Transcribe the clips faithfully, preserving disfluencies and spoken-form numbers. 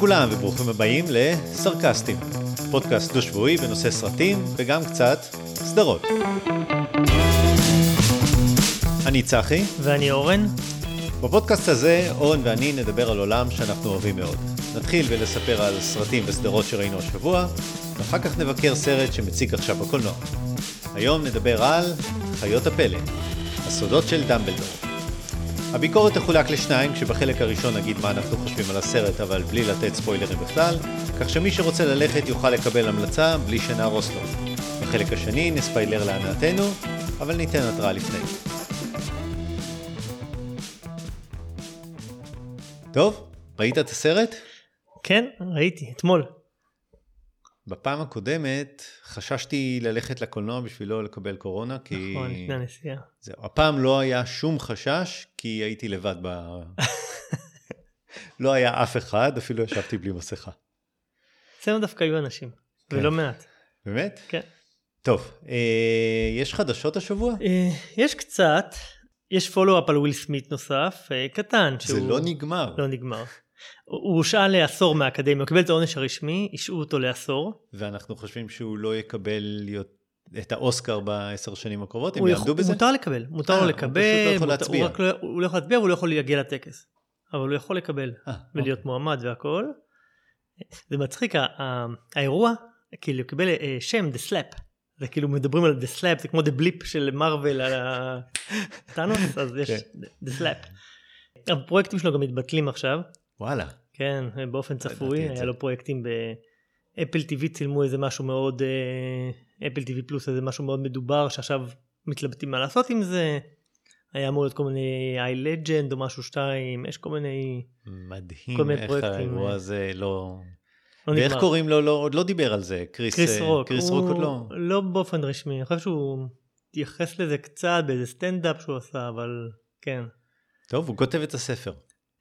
לכולם וברוכים הבאים לסרקסטים, פודקאסט דו שבועי בנושא סרטים וגם קצת סדרות. אני צחי. ואני אורן. בפודקאסט הזה אורן ואני נדבר על עולם שאנחנו אוהבים מאוד. נתחיל ולספר על סרטים וסדרות שראינו השבוע, ואחר כך נבקר סרט שמציג עכשיו בקולנוע. היום נדבר על חיות הפלא, הסודות של דמבלדור. הביקורת תחולק לשניים, כשבחלק הראשון נגיד מה אנחנו חושבים על הסרט, אבל בלי לתת ספוילרים בכלל, כך שמי שרוצה ללכת יוכל לקבל המלצה בלי שנהרוס לו. בחלק השני נספיילר להנאתנו, אבל ניתן התראה לפני. טוב, ראית את הסרט? כן, ראיתי, אתמול. בפעם הקודמת חששתי ללכת לקולנוע בשבילו לקבל קורונה, כי... נכון, לפני הנסיעה. זהו, הפעם לא היה שום חשש, כי הייתי לבד ב... לא היה אף אחד, אפילו ישבתי בלי מסכה. אצלנו דווקא היו אנשים, כן. ולא מעט. באמת? כן. טוב, אה, יש חדשות השבוע? אה, יש קצת, יש פולו-אפ על וויל סמית נוסף, אה, קטן. זה שהוא... לא נגמר. לא נגמר. הוא הושעה לעשור מהאקדמיה, הוא קיבל את העונש הרשמי, השעו אותו לעשור. ואנחנו חושבים שהוא לא יקבל להיות... את האוסקר בעשר שנים הקרובות, הם יעמדו בזה? מותר לקבל, מותר לו לקבל. הוא פשוט לא יכול להצביע. הוא, לא, הוא לא יכול להצביע, והוא לא יכול להגיע לטקס. אבל הוא יכול לקבל, 아, ולהיות אוקיי. מועמד והכל. זה מצחיק, האירוע, כאילו, הוא קיבל שם, The Slap. זה כאילו מדברים על The Slap, זה כמו The Blip של מרוול על הטאנוס, אז יש The Slap. הפרויקטים שלו גם מתבטלים עכשיו. וואלה. כן, באופן צפוי, היה לו פרויקטים באפל טי וי, צילמו איזה משהו מאוד... אפל טי וי פלוס, איזה משהו מאוד מדובר, שעכשיו מתלבטים מה לעשות עם זה. היה אמור להיות כל מיני iLegend או משהו שתיים, יש כל מיני... מדהים איך האירוע הזה לא... לא ואיך נגמר. קוראים לו, לא, עוד לא דיבר על זה, קריס, קריס רוק. קריס הוא רוק עוד לא. לא באופן רשמי, אני חושב שהוא תייחס לזה קצת באיזה סטנדאפ שהוא עשה, אבל כן. טוב, הוא כותב את הספר.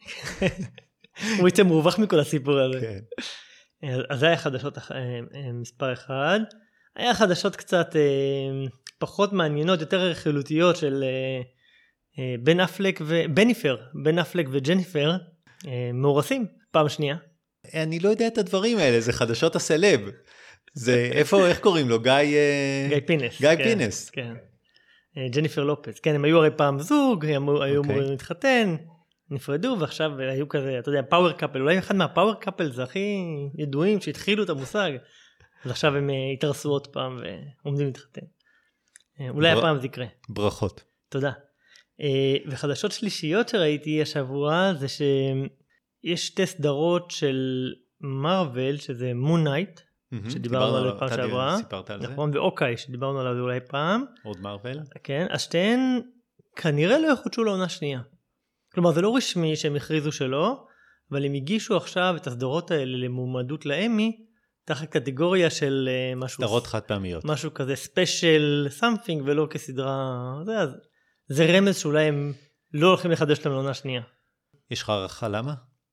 הוא יצא מרווח מכל הסיפור הזה. כן. אז זה היה חדשות מספר אחד. היה חדשות קצת אה, פחות מעניינות, יותר רכילותיות של אה, אה, בן אפלק ובניפר, בן אפלק וג'ניפר, אה, מאורסים, פעם שנייה. אני לא יודע את הדברים האלה, זה חדשות הסלב. זה, איפה, איך קוראים לו? גיא... גיא פינס. גיא כן, פינס. כן. אה, ג'ניפר לופס. כן, הם היו הרי פעם זוג, הם היו אמורים okay. להתחתן, נפרדו, ועכשיו היו כזה, אתה יודע, פאוור קאפל, אולי אחד מהפאוור קאפל זה הכי ידועים שהתחילו את המושג. אז עכשיו הם התארסו עוד פעם ועומדים להתחתן. אולי בר... הפעם זה יקרה. ברכות. תודה. וחדשות שלישיות שראיתי השבוע זה שיש שתי סדרות של מרוול, שזה מון נייט, mm-hmm, שדיברנו עליו פעם שעברה. סיפרת על נכון, זה. ואוקיי, שדיברנו עליו אולי פעם. עוד מרוול. כן, אז שתיהן כנראה לא יחודשו לעונה שנייה. כלומר, זה לא רשמי שהם הכריזו שלא, אבל הם הגישו עכשיו את הסדרות האלה למועמדות לאמי, תחת קטגוריה של משהו... סדרות חד פעמיות. משהו כזה ספיישל סמפינג ולא כסדרה... זה, אז, זה רמז שאולי הם לא הולכים לחדש להם לעונה שנייה. יש לך הערכה למה?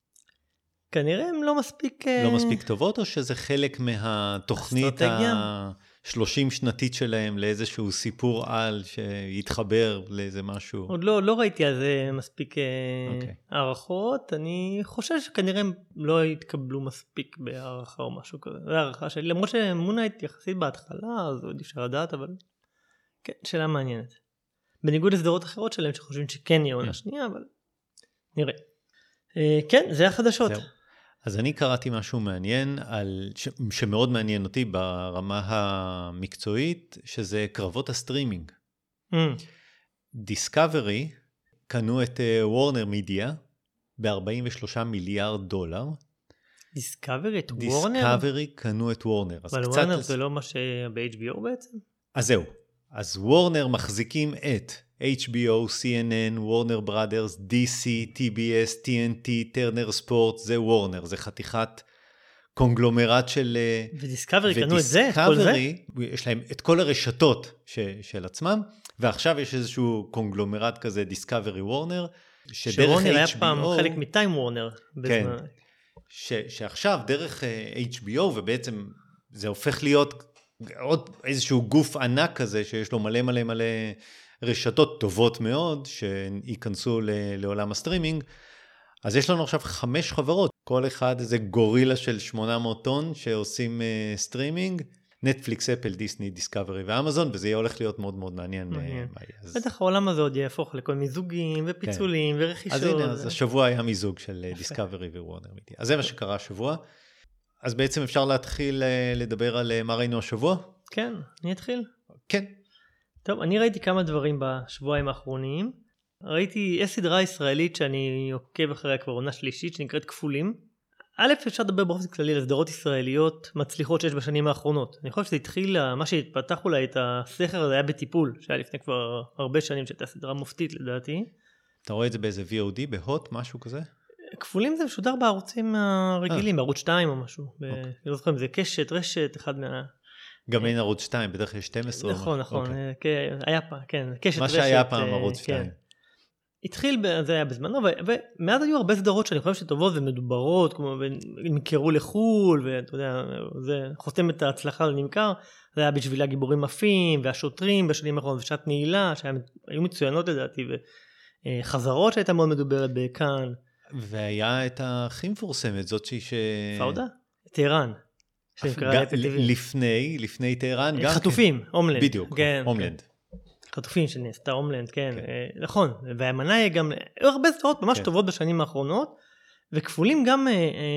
כנראה הם לא מספיק... לא מספיק טובות, או שזה חלק מהתוכנית ה-שלושים שנתית שלהם לאיזשהו סיפור על שיתחבר לאיזה משהו? עוד לא, לא ראיתי על זה מספיק okay. הערכות. אני חושב שכנראה הם לא יתקבלו מספיק בהערכה או משהו כזה. זה הערכה שלי, למרות שמונייט יחסית בהתחלה, אז עוד אפשר לדעת, אבל כן, שאלה מעניינת. בניגוד לסדרות אחרות שלהם שחושבים שכן יהיה עונה שנייה, אבל נראה. כן, זה החדשות. זהו. אז אני קראתי משהו מעניין, על, ש, שמאוד מעניין אותי ברמה המקצועית, שזה קרבות הסטרימינג. Mm. דיסקאברי קנו את וורנר מידיה ב-ארבעים ושלושה מיליארד דולר. דיסקאברי את וורנר? דיסקאברי קנו את וורנר. אבל וורנר זה לא מה שב-אייץ' בי או בעצם? אז זהו. אז וורנר מחזיקים את אייץ' בי או, סי אן אן, וורנר בראדרס, די סי, טי בי אס, טי אן טי, טרנר ספורט, זה וורנר, זה חתיכת קונגלומרט של... ודיסקאברי קנו את זה, את כל זה? יש להם את כל הרשתות ש, של עצמם, ועכשיו יש איזשהו קונגלומרט כזה, דיסקאברי וורנר, שוורנר היה פעם חלק מטיים וורנר. כן, ש, שעכשיו דרך אייץ' בי או, ובעצם זה הופך להיות עוד איזשהו גוף ענק כזה, שיש לו מלא מלא מלא רשתות טובות מאוד, שייכנסו לעולם הסטרימינג. אז יש לנו עכשיו חמש חברות, כל אחד איזה גורילה של שמונה מאות טון שעושים uh, סטרימינג, נטפליקס, אפל, דיסני, דיסקאברי ואמזון, וזה יהיה הולך להיות מאוד מאוד מעניין. מעניין. אז... בטח העולם הזה עוד יהפוך לכל מיזוגים ופיצולים כן. ורכישות. אז הנה, אז השבוע היה מיזוג של דיסקאברי ווורנר מידיה. אז זה מה שקרה השבוע. אז בעצם אפשר להתחיל לדבר על מה ראינו השבוע? כן, אני אתחיל. כן. טוב, אני ראיתי כמה דברים בשבועיים האחרונים. ראיתי יש סדרה ישראלית שאני עוקב אחריה כבר עונה שלישית שנקראת כפולים. א', אפשר לדבר באופן כללי על סדרות ישראליות מצליחות שיש בשנים האחרונות. אני חושב שזה התחיל, מה שהתפתח אולי את הסכר הזה היה בטיפול, שהיה לפני כבר הרבה שנים שהייתה סדרה מופתית לדעתי. אתה רואה את זה באיזה וי או די, בהוט, משהו כזה? כפולים זה משודר בערוצים הרגילים, בערוץ שתיים או משהו. אני לא זוכר אם זה קשת, רשת, אחד מה... גם אין ערוץ שתיים, בדרך כלל שתים עשרה. נכון, נכון, היה פעם, כן, קשת, רשת. מה שהיה פעם ערוץ שתיים. התחיל, זה היה בזמנו, ומאז היו הרבה סדרות שאני חושב שטובות ומדוברות, כמו נמכרו לחול, ואתה יודע, זה חוסם את ההצלחה לנמכר, זה היה בשביל הגיבורים עפים, והשוטרים בשנים האחרונות, ושעת נעילה, שהיו מצוינות לדעתי, וחזרות שהייתה מאוד מדוברת בכאן. והיה את הכי מפורסמת, זאת שהיא ש... פאודה? טהרן. לפני, לפני טהרן, גם... חטופים, הומלנד. בדיוק, הומלנד. חטופים שנעשתה הומלנד, כן, נכון, והאמנה היא גם, היו הרבה סדרות ממש טובות בשנים האחרונות, וכפולים גם,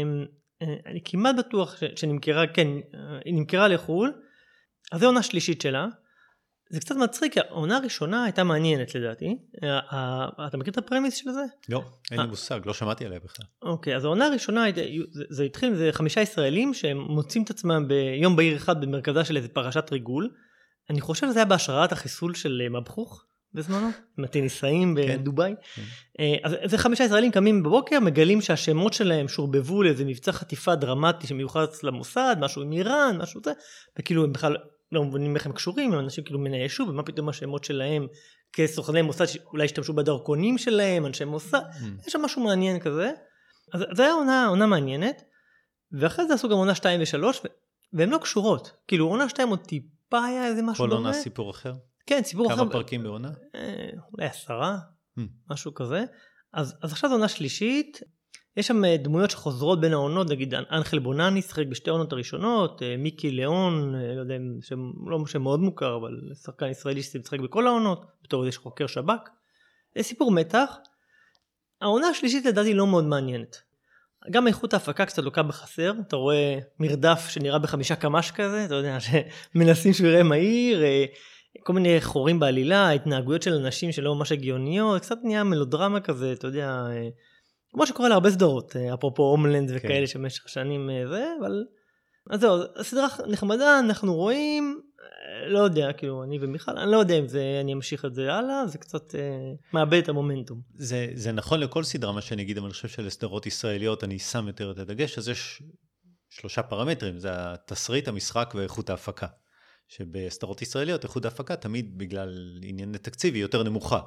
אני כמעט בטוח שנמכרה, כן, היא נמכרה לחול, אז זו עונה שלישית שלה, זה קצת מצחיק, כי העונה הראשונה הייתה מעניינת לדעתי, אתה מכיר את הפרמיס של זה? לא, אין לי מושג, לא שמעתי עליה בכלל. אוקיי, אז העונה הראשונה, זה התחיל, זה חמישה ישראלים שהם מוצאים את עצמם ביום בהיר אחד במרכזה של איזה פרשת ריגול, אני חושב שזה היה בהשראת החיסול של מבחוך בזמנו, עם הטניסאים בדוביי. אז זה חמישה ישראלים קמים בבוקר, מגלים שהשמות שלהם שורבבו לאיזה מבצע חטיפה דרמטי שמיוחס למוסד, משהו עם איראן, משהו זה, וכאילו הם בכלל לא מבינים איך הם קשורים, הם אנשים כאילו מן היישוב, ומה פתאום השמות שלהם כסוכני מוסד, אולי השתמשו בדרכונים שלהם, אנשי מוסד, יש שם משהו מעניין כזה. אז זה היה עונה, עונה מעניינת, ואחרי זה עשו גם עונה שתיים ושלוש, והן לא קשורות, כאילו עונה שתיים עוד טיפ, היה איזה משהו כל דומה. עונה סיפור אחר? כן, סיפור אחר. כמה פרקים בעונה? אולי עשרה, משהו כזה. אז עכשיו זו עונה שלישית, יש שם דמויות שחוזרות בין העונות, נגיד אנחל בונני שחק בשתי העונות הראשונות, מיקי ליאון, לא יודע, לא שם מאוד מוכר, אבל שחקן ישראלי ששחק בכל העונות, בתור איזה חוקר שב"כ. זה סיפור מתח. העונה השלישית לדעתי לא מאוד מעניינת. גם איכות ההפקה קצת לוקה בחסר, אתה רואה מרדף שנראה בחמישה קמ"ש כזה, אתה יודע, שמנסים שהוא יראה מהיר, כל מיני חורים בעלילה, התנהגויות של אנשים שלא ממש הגיוניות, קצת נהיה מלודרמה כזה, אתה יודע, כמו שקורה להרבה סדרות, אפרופו הומלנד וכאלה שמשך שנים זה, אבל, אז זהו, הסדרה נחמדה, אנחנו רואים, לא יודע, כאילו, אני ומיכל, אני לא יודע אם זה, אני אמשיך את זה הלאה, זה קצת אה, מאבד את המומנטום. זה, זה נכון לכל סדרה, מה שאני אגיד, אבל אני חושב שלסדרות ישראליות, אני שם יותר את הדגש, אז יש שלושה פרמטרים, זה התסריט, המשחק ואיכות ההפקה. שבסדרות ישראליות, איכות ההפקה, תמיד בגלל עניין תקציב, היא יותר נמוכה.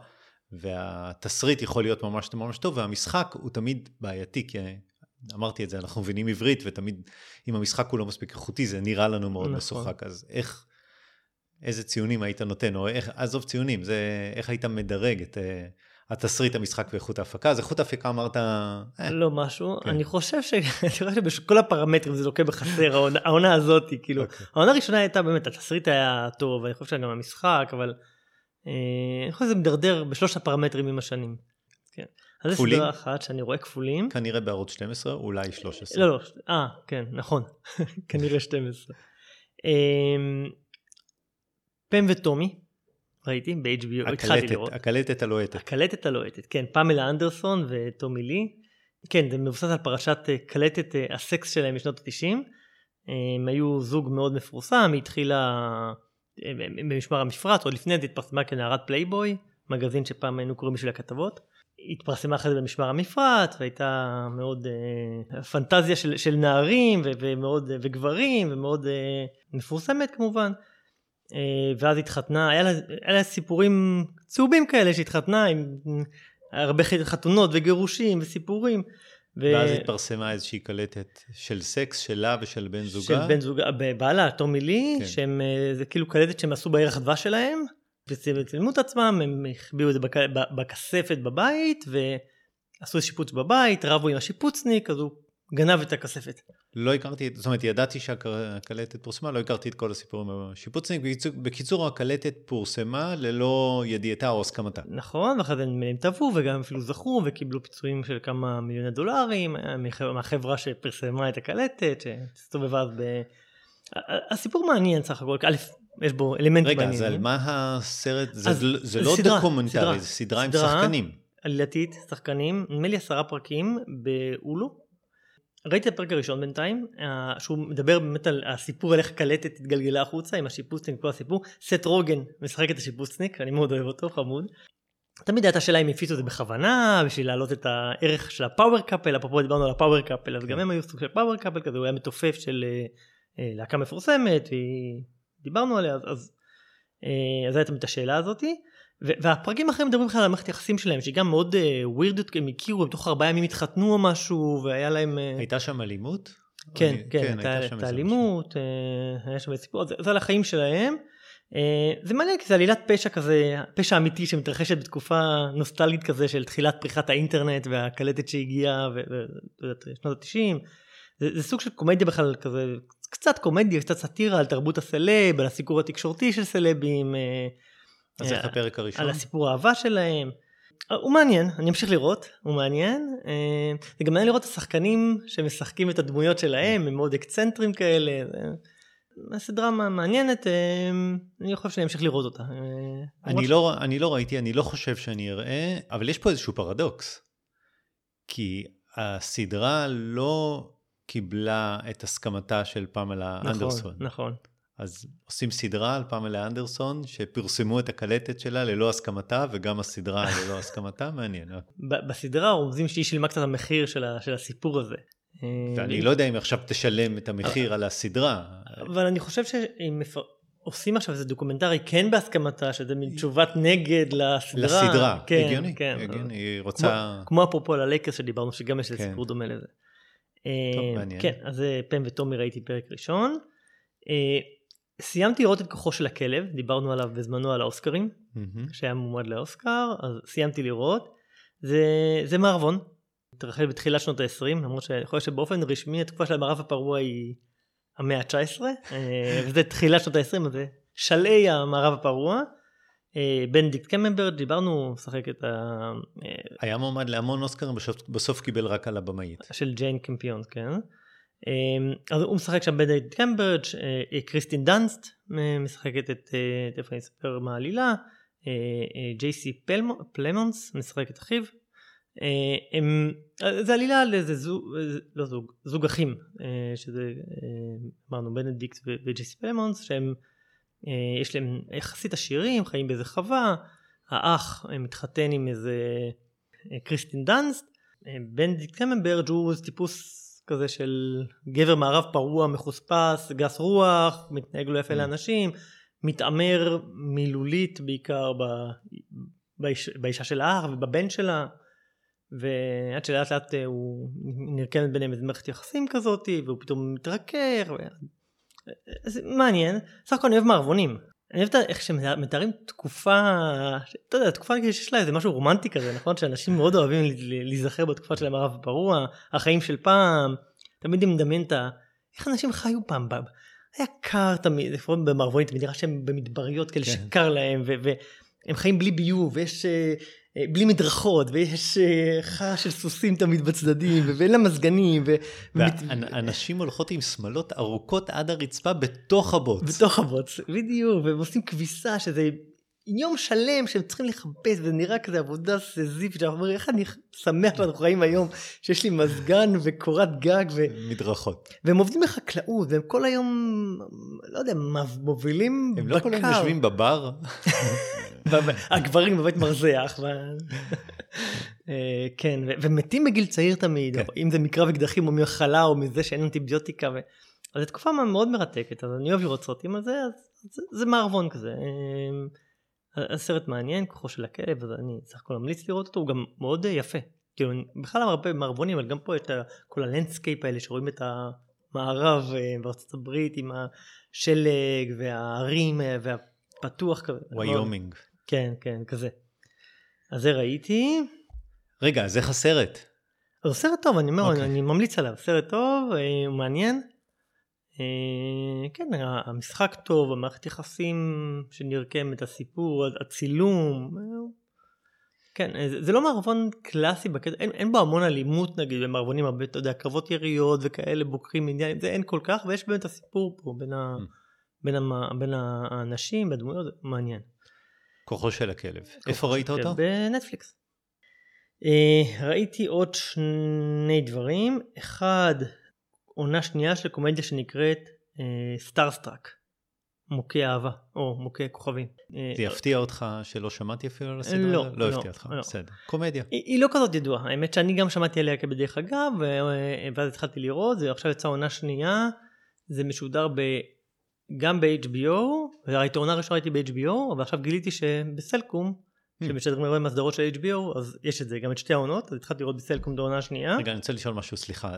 והתסריט יכול להיות ממש ממש טוב, והמשחק הוא תמיד בעייתי, כי אמרתי את זה, אנחנו מבינים עברית, ותמיד אם המשחק הוא לא מספיק איכותי, זה נראה לנו מאוד נכון. משוחק, אז איך... איזה ציונים היית נותן, או איך, עזוב ציונים, זה איך היית מדרג את uh, התסריט המשחק ואיכות ההפקה, אז איכות ההפקה אמרת... אה. לא משהו, כן. אני חושב ש... אני חושב שבכל הפרמטרים זה לוקה בחסר, העונה, העונה הזאת, כאילו, okay. העונה הראשונה הייתה באמת, התסריט היה טוב, אני חושב שגם המשחק, אבל אה, אני חושב שזה מדרדר בשלושת הפרמטרים עם השנים. כן. אז זה סדרה אחת שאני רואה כפולים. כנראה בערוץ שתים עשרה, אולי שלוש עשרה. לא, לא, אה, כן, נכון, כנראה שתים עשרה. אה, פם וטומי, ראיתי, ב-אייץ' בי או, התחלתי לראות. הקלטת הלוהטת. הקלטת הלוהטת, כן, פמלה אנדרסון וטומי לי. כן, זה מבוסס על פרשת קלטת הסקס שלהם משנות ה-תשעים. הם היו זוג מאוד מפורסם, היא התחילה במשמר המפרץ, עוד לפני זה התפרסמה כנערת פלייבוי, מגזין שפעם היינו קוראים בשביל הכתבות. היא התפרסמה אחרי זה במשמר המפרץ, והייתה מאוד uh, פנטזיה של, של נערים ו- ומאוד, וגברים, ומאוד uh, מפורסמת כמובן. ואז התחתנה, היה לה, היה לה סיפורים צהובים כאלה שהתחתנה עם הרבה חתונות וגירושים וסיפורים. ואז התפרסמה איזושהי קלטת של סקס שלה ושל בן זוגה. של בן זוגה, בעלה, טומי לי, כן. שהם, זה כאילו קלטת שהם עשו בערך הדבש שלהם, וצילמו את עצמם, הם החביאו את זה בק, בכספת בבית, ועשו שיפוץ בבית, רבו עם השיפוצניק, אז הוא גנב את הכספת. לא הכרתי, זאת אומרת, ידעתי שהקלטת פורסמה, לא הכרתי את כל הסיפורים השיפוצניק. בקיצור, הקלטת פורסמה ללא ידיעתה או הסכמתה. נכון, ואחרי זה הם טבעו וגם אפילו זכו וקיבלו פיצויים של כמה מיליוני דולרים מהחברה שפרסמה את הקלטת, שסתובבה אז ב... הסיפור מעניין סך הכל, א', יש בו אלמנט רגע, מעניינים. רגע, אז על מה הסרט? זה, אז, זה לא סדרה, דוקומנטרי, סדרה, זה סדרה עם סדרה, שחקנים. עלילתית, שחקנים, נדמה לי עשרה פרקים באולו. ראיתי את הפרק הראשון בינתיים, שהוא מדבר באמת על הסיפור על איך קלטת התגלגלה החוצה, עם השיפוצניק, כל הסיפור. סט רוגן משחק את השיפוצניק, אני מאוד אוהב אותו, חמוד. תמיד הייתה שאלה אם הפיצו את זה בכוונה, בשביל להעלות את הערך של הפאוור קאפל, אפרופו דיברנו על הפאוור קאפל, אז גם הם היו סוג של פאוור קאפל, כזה הוא היה מתופף של להקה מפורסמת, ודיברנו עליה, אז אז הייתה את השאלה הזאת, והפרקים האחרים מדברים בכלל על המערכת היחסים שלהם, שהיא גם מאוד ווירדות, הם הכירו, בתוך ארבעה ימים התחתנו או משהו, והיה להם... הייתה שם אלימות? כן, כן, הייתה אלימות, היה שם סיפור, זה על החיים שלהם. זה מעניין, כי זה עלילת פשע כזה, פשע אמיתי שמתרחשת בתקופה נוסטלגית כזה, של תחילת פריחת האינטרנט, והקלטת שהגיעה, ושנות ה-תשעים. זה סוג של קומדיה בכלל כזה, קצת קומדיה, קצת סאטירה על תרבות הסלב, על הסיקור התקשורתי של סלבים, אז איך הפרק הראשון? על הסיפור האהבה שלהם. הוא מעניין, אני אמשיך לראות, הוא מעניין. זה גם מעניין לראות את השחקנים שמשחקים את הדמויות שלהם, הם מאוד אקצנטרים כאלה. הסדרה מעניינת, אני חושב שאני אמשיך לראות אותה. אני לא, אני לא ראיתי, אני לא חושב שאני אראה, אבל יש פה איזשהו פרדוקס. כי הסדרה לא קיבלה את הסכמתה של פמלה אנדרסון. נכון, נכון. אז עושים סדרה על פמלה אנדרסון, שפרסמו את הקלטת שלה ללא הסכמתה, וגם הסדרה ללא הסכמתה, מעניין. בסדרה רומזים שהיא שילמה קצת המחיר של הסיפור הזה. ואני לא יודע אם עכשיו תשלם את המחיר על הסדרה. אבל אני חושב שאם עושים עכשיו איזה דוקומנטרי, כן בהסכמתה, שזה מין תשובת נגד לסדרה. לסדרה, הגיוני, הגיוני, היא רוצה... כמו אפרופו על הלייקרס שדיברנו, שגם יש סיפור דומה לזה. טוב, מעניין. כן, אז פם וטומי ראיתי פרק ראשון. סיימתי לראות את כוחו של הכלב, דיברנו עליו בזמנו על האוסקרים, שהיה מועמד לאוסקר, אז סיימתי לראות. זה מערבון, התרחש בתחילת שנות ה-עשרים, למרות שאני חושב שבאופן רשמי התקופה של המערב הפרוע היא המאה ה-תשע עשרה, וזה תחילת שנות ה-עשרים, אז זה שלעי המערב הפרוע. בנדיקט קמברבץ', דיברנו, שחק את ה... היה מועמד להמון אוסקרים, בסוף קיבל רק על הבמאית. של ג'יין קמפיון, כן. אז הוא משחק שם בנדיקט קמברבץ', קריסטין דאנסט משחקת את, איפה אני אספר מה העלילה, ג'יי סי פלמונס משחק את אחיו. זה עלילה על איזה זוג, לא זוג, זוג אחים, שזה אמרנו בנדיקט וג'יי סי פלמונס, שהם יש להם יחסית עשירים, חיים באיזה חווה, האח מתחתן עם איזה קריסטין דאנסט, בנדיקט קמברבץ' הוא טיפוס כזה של גבר מערב פרוע, מחוספס, גס רוח, מתנהג לו יפה לאנשים, מתאמר מילולית בעיקר באיש, באישה של האח ובבן שלה, ועד שלאט לאט הוא נרקמת ביניהם איזה מערכת יחסים כזאת, והוא פתאום מתרכך, ו... זה מעניין. סך הכל אני אוהב מערבונים. אני אוהב איך שמתארים תקופה, אתה יודע, תקופה שיש לה איזה משהו רומנטי כזה, נכון? שאנשים מאוד אוהבים להיזכר בתקופה של המערב הפרוע, החיים של פעם, תמיד הם מדמיין את ה... איך אנשים חיו פעם? היה קר תמיד, לפעמים במערבונים, תמיד נראה שהם במדבריות כאלה שקר להם, והם חיים בלי ביוב, ויש... בלי מדרכות, ויש חיה של סוסים תמיד בצדדים, ואין לה מזגנים. ואנשים הולכות עם שמלות ארוכות עד הרצפה בתוך הבוץ. בתוך הבוץ, בדיוק, והם עושים כביסה, שזה יום שלם שהם צריכים לחפש, וזה נראה כזה עבודה סזיפית, שאנחנו אומרים, איך אני שמח שאנחנו חיים היום, שיש לי מזגן וקורת גג. מדרכות. והם עובדים בחקלאות, והם כל היום, לא יודע, מובילים בקר. הם לא כל היום יושבים בבר? הגברים בבית מרזח, כן, ומתים בגיל צעיר תמיד, אם זה מקרב אקדחים או מחלה או מזה שאין אנטיביוטיקה, אז זו תקופה מאוד מרתקת, אז אני אוהב לראות סרטים על זה, אז זה מערבון כזה. הסרט מעניין, כוחו של הכלב, אז אני צריך כל המליץ לראות אותו, הוא גם מאוד יפה, כאילו בכלל הרבה מערבונים, אבל גם פה את כל הלנדסקייפ האלה שרואים את המערב בארצות הברית עם השלג והערים והפתוח כזה. ויומינג. כן, כן, כזה. אז זה ראיתי. רגע, אז איך הסרט? אז סרט טוב, אני אומר, אוקיי. אני ממליץ עליו, סרט טוב, הוא מעניין. כן, המשחק טוב, המערכת יחסים שנרקם את הסיפור, הצילום, כן, זה, זה לא מערבון קלאסי, בקטע, אין, אין בו המון אלימות נגיד, במערבונים הרבה, אתה יודע, קרבות יריות וכאלה, בוקרים אינדיאנים, זה אין כל כך, ויש באמת הסיפור פה, בין, ה, mm. בין, ה, בין האנשים, בדמויות, זה מעניין. כוחו של הכלב. איפה ראית אותו? בנטפליקס. ראיתי עוד שני דברים, אחד, עונה שנייה של קומדיה שנקראת סטארסטראק. מוקי אהבה, או מוקי כוכבים. זה יפתיע אותך שלא שמעתי אפילו על הסדרה? לא, לא יפתיע אותך, בסדר. קומדיה. היא לא כזאת ידועה, האמת שאני גם שמעתי עליה כבדרך אגב, ואז התחלתי לראות, ועכשיו יצאה עונה שנייה, זה משודר גם ב-אייץ' בי או, וראיתי עונה ראשונה ראיתי ב-אייץ' בי או, אבל עכשיו גיליתי שבסלקום, שמשדרים הרבה מהסדרות של אייץ' בי או, אז יש את זה, גם את שתי העונות, אז התחלתי לראות בסלקום בעונה השנייה. רגע, אני רוצה לשאול משהו, סליחה.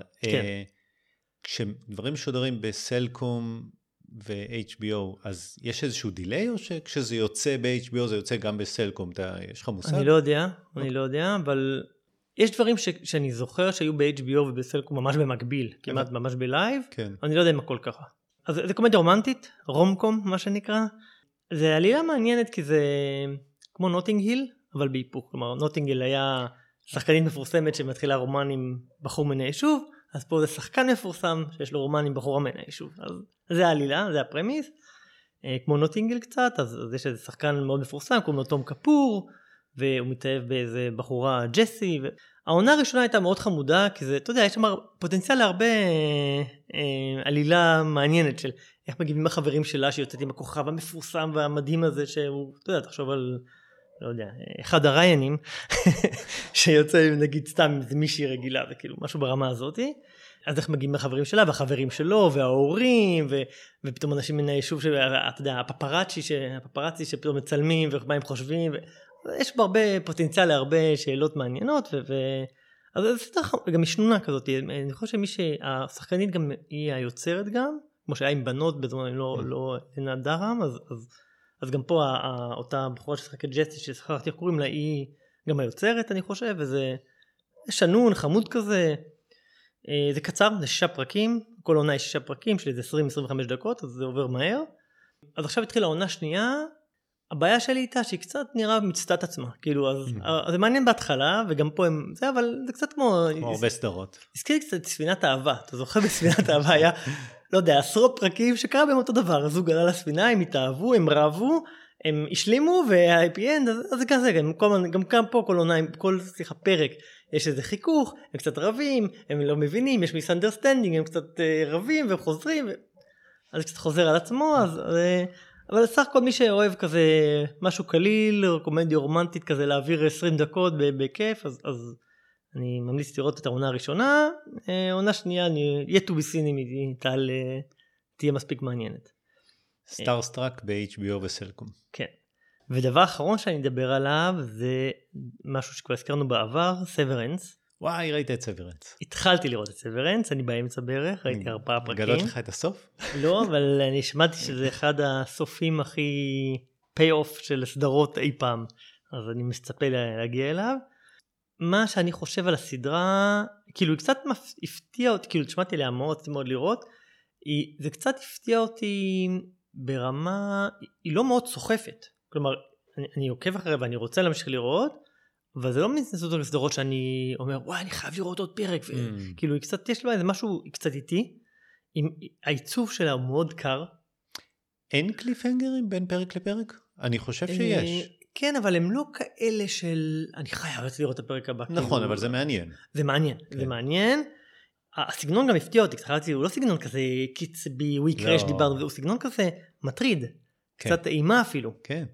כשדברים משודרים בסלקום ו-אייץ' בי או, אז יש איזשהו דיליי, או שכשזה יוצא ב-אייץ' בי או זה יוצא גם בסלקום? יש לך מושג? אני לא יודע, אני לא יודע, אבל יש דברים שאני זוכר שהיו ב-אייץ' בי או ובסלקום ממש במקביל, כמעט ממש בלייב, אני לא יודע אם הכל ככה. אז זה קומדיה רומנטית, רומקום, מה שנקרא. זה עלילה מעניינת כי זה כמו נוטינג היל, אבל בהיפוך. כלומר, נוטינג היל היה שחקנית מפורסמת שמתחילה רומן עם בחור מן היישוב, אז פה זה שחקן מפורסם שיש לו רומן עם בחורה מן היישוב. אז זה העלילה, זה הפרמיס. כמו נוטינג היל קצת, אז, אז יש איזה שחקן מאוד מפורסם, קוראים לו תום קפור, והוא מתאהב באיזה בחורה ג'סי. ו... העונה הראשונה הייתה מאוד חמודה, כי זה, אתה יודע, יש שם פוטנציאל להרבה אה, עלילה מעניינת של איך מגיבים החברים שלה שיוצאת עם הכוכב המפורסם והמדהים הזה, שהוא, אתה יודע, תחשוב על, לא יודע, אחד הריינים, שיוצא נגיד סתם עם מישהי רגילה, וכאילו משהו ברמה הזאת, אז איך מגיבים החברים שלה והחברים שלו וההורים, ו, ופתאום אנשים מן היישוב, אתה יודע, הפפרצ'י, הפפרצי שפתאום מצלמים ומה הם חושבים, ו... יש בה הרבה פוטנציאל להרבה שאלות מעניינות, ו... ו... אז זה סדר גם משנונה כזאת, אני חושב שמי שהשחקנית גם היא היוצרת גם, כמו שהיה עם בנות בזמן, לא, לא עינת דרם, אז, אז, אז גם פה אותה בחורה ששחקת ג'סי, ששחקתי איך קוראים לה, היא גם היוצרת אני חושב, וזה שנון, חמוד כזה, זה קצר, זה שישה פרקים, כל עונה יש שישה פרקים, של איזה עשרים עד עשרים וחמש דקות, אז זה עובר מהר. אז עכשיו התחילה העונה שנייה, הבעיה שלי איתה שהיא קצת נראה מצטעת עצמה, כאילו, אז זה מעניין בהתחלה, וגם פה הם, זה, אבל זה קצת כמו... כמו הרבה סדרות. הזכיר לי קצת את ספינת האהבה, אתה זוכר בספינת האהבה היה, לא יודע, עשרות פרקים שקרה בהם אותו דבר, הזוג עלה לספינה, הם התאהבו, הם רבו, הם השלימו, וה-איי פי אנד, אז זה כזה, גם כאן פה, כל עונה, כל, סליחה, פרק, יש איזה חיכוך, הם קצת רבים, הם לא מבינים, יש מיסאנדרסטנדינג, הם קצת רבים, והם חוזרים, אז זה קצת חוזר על עצמו, אז... אבל סך הכל מי שאוהב כזה משהו קליל, קומדיה רומנטית כזה להעביר עשרים דקות בכיף, אז, אז אני ממליץ לראות את העונה הראשונה, עונה שנייה, אני yet to be seen אם היא תעל, תהיה מספיק מעניינת. סטארסטראק ב-אייץ' בי או וסלקום. כן. ודבר אחרון שאני אדבר עליו, זה משהו שכבר הזכרנו בעבר, סוורנס. וואי, ראית את סוורנס. התחלתי לראות את סוורנס, אני באמצע בערך, ראיתי ארבעה פרקים. גלות לך את הסוף? לא, אבל אני שמעתי שזה אחד הסופים הכי פי-אוף של סדרות אי פעם, אז אני מצפה להגיע אליו. מה שאני חושב על הסדרה, כאילו היא קצת הפתיע אותי, כאילו שמעתי עליה מאוד, רציתי מאוד לראות, היא, זה קצת הפתיע אותי ברמה, היא לא מאוד סוחפת, כלומר, אני, אני עוקב אחריה ואני רוצה להמשיך לראות, אבל זה לא מסוג הסדרות שאני אומר, וואי, אני חייב לראות עוד פרק, וכאילו, היא קצת, יש לו איזה משהו קצת איטי, העיצוב שלה הוא מאוד קר. אין קליפהנגרים בין פרק לפרק? אני חושב שיש. כן, אבל הם לא כאלה של, אני חייב לראות את הפרק הבא. נכון, אבל זה מעניין. זה מעניין, זה מעניין. הסגנון גם הפתיע אותי, הוא לא סגנון כזה קיצבי, ווי קרש דיברנו, הוא סגנון כזה מטריד, קצת אימה אפילו. כן.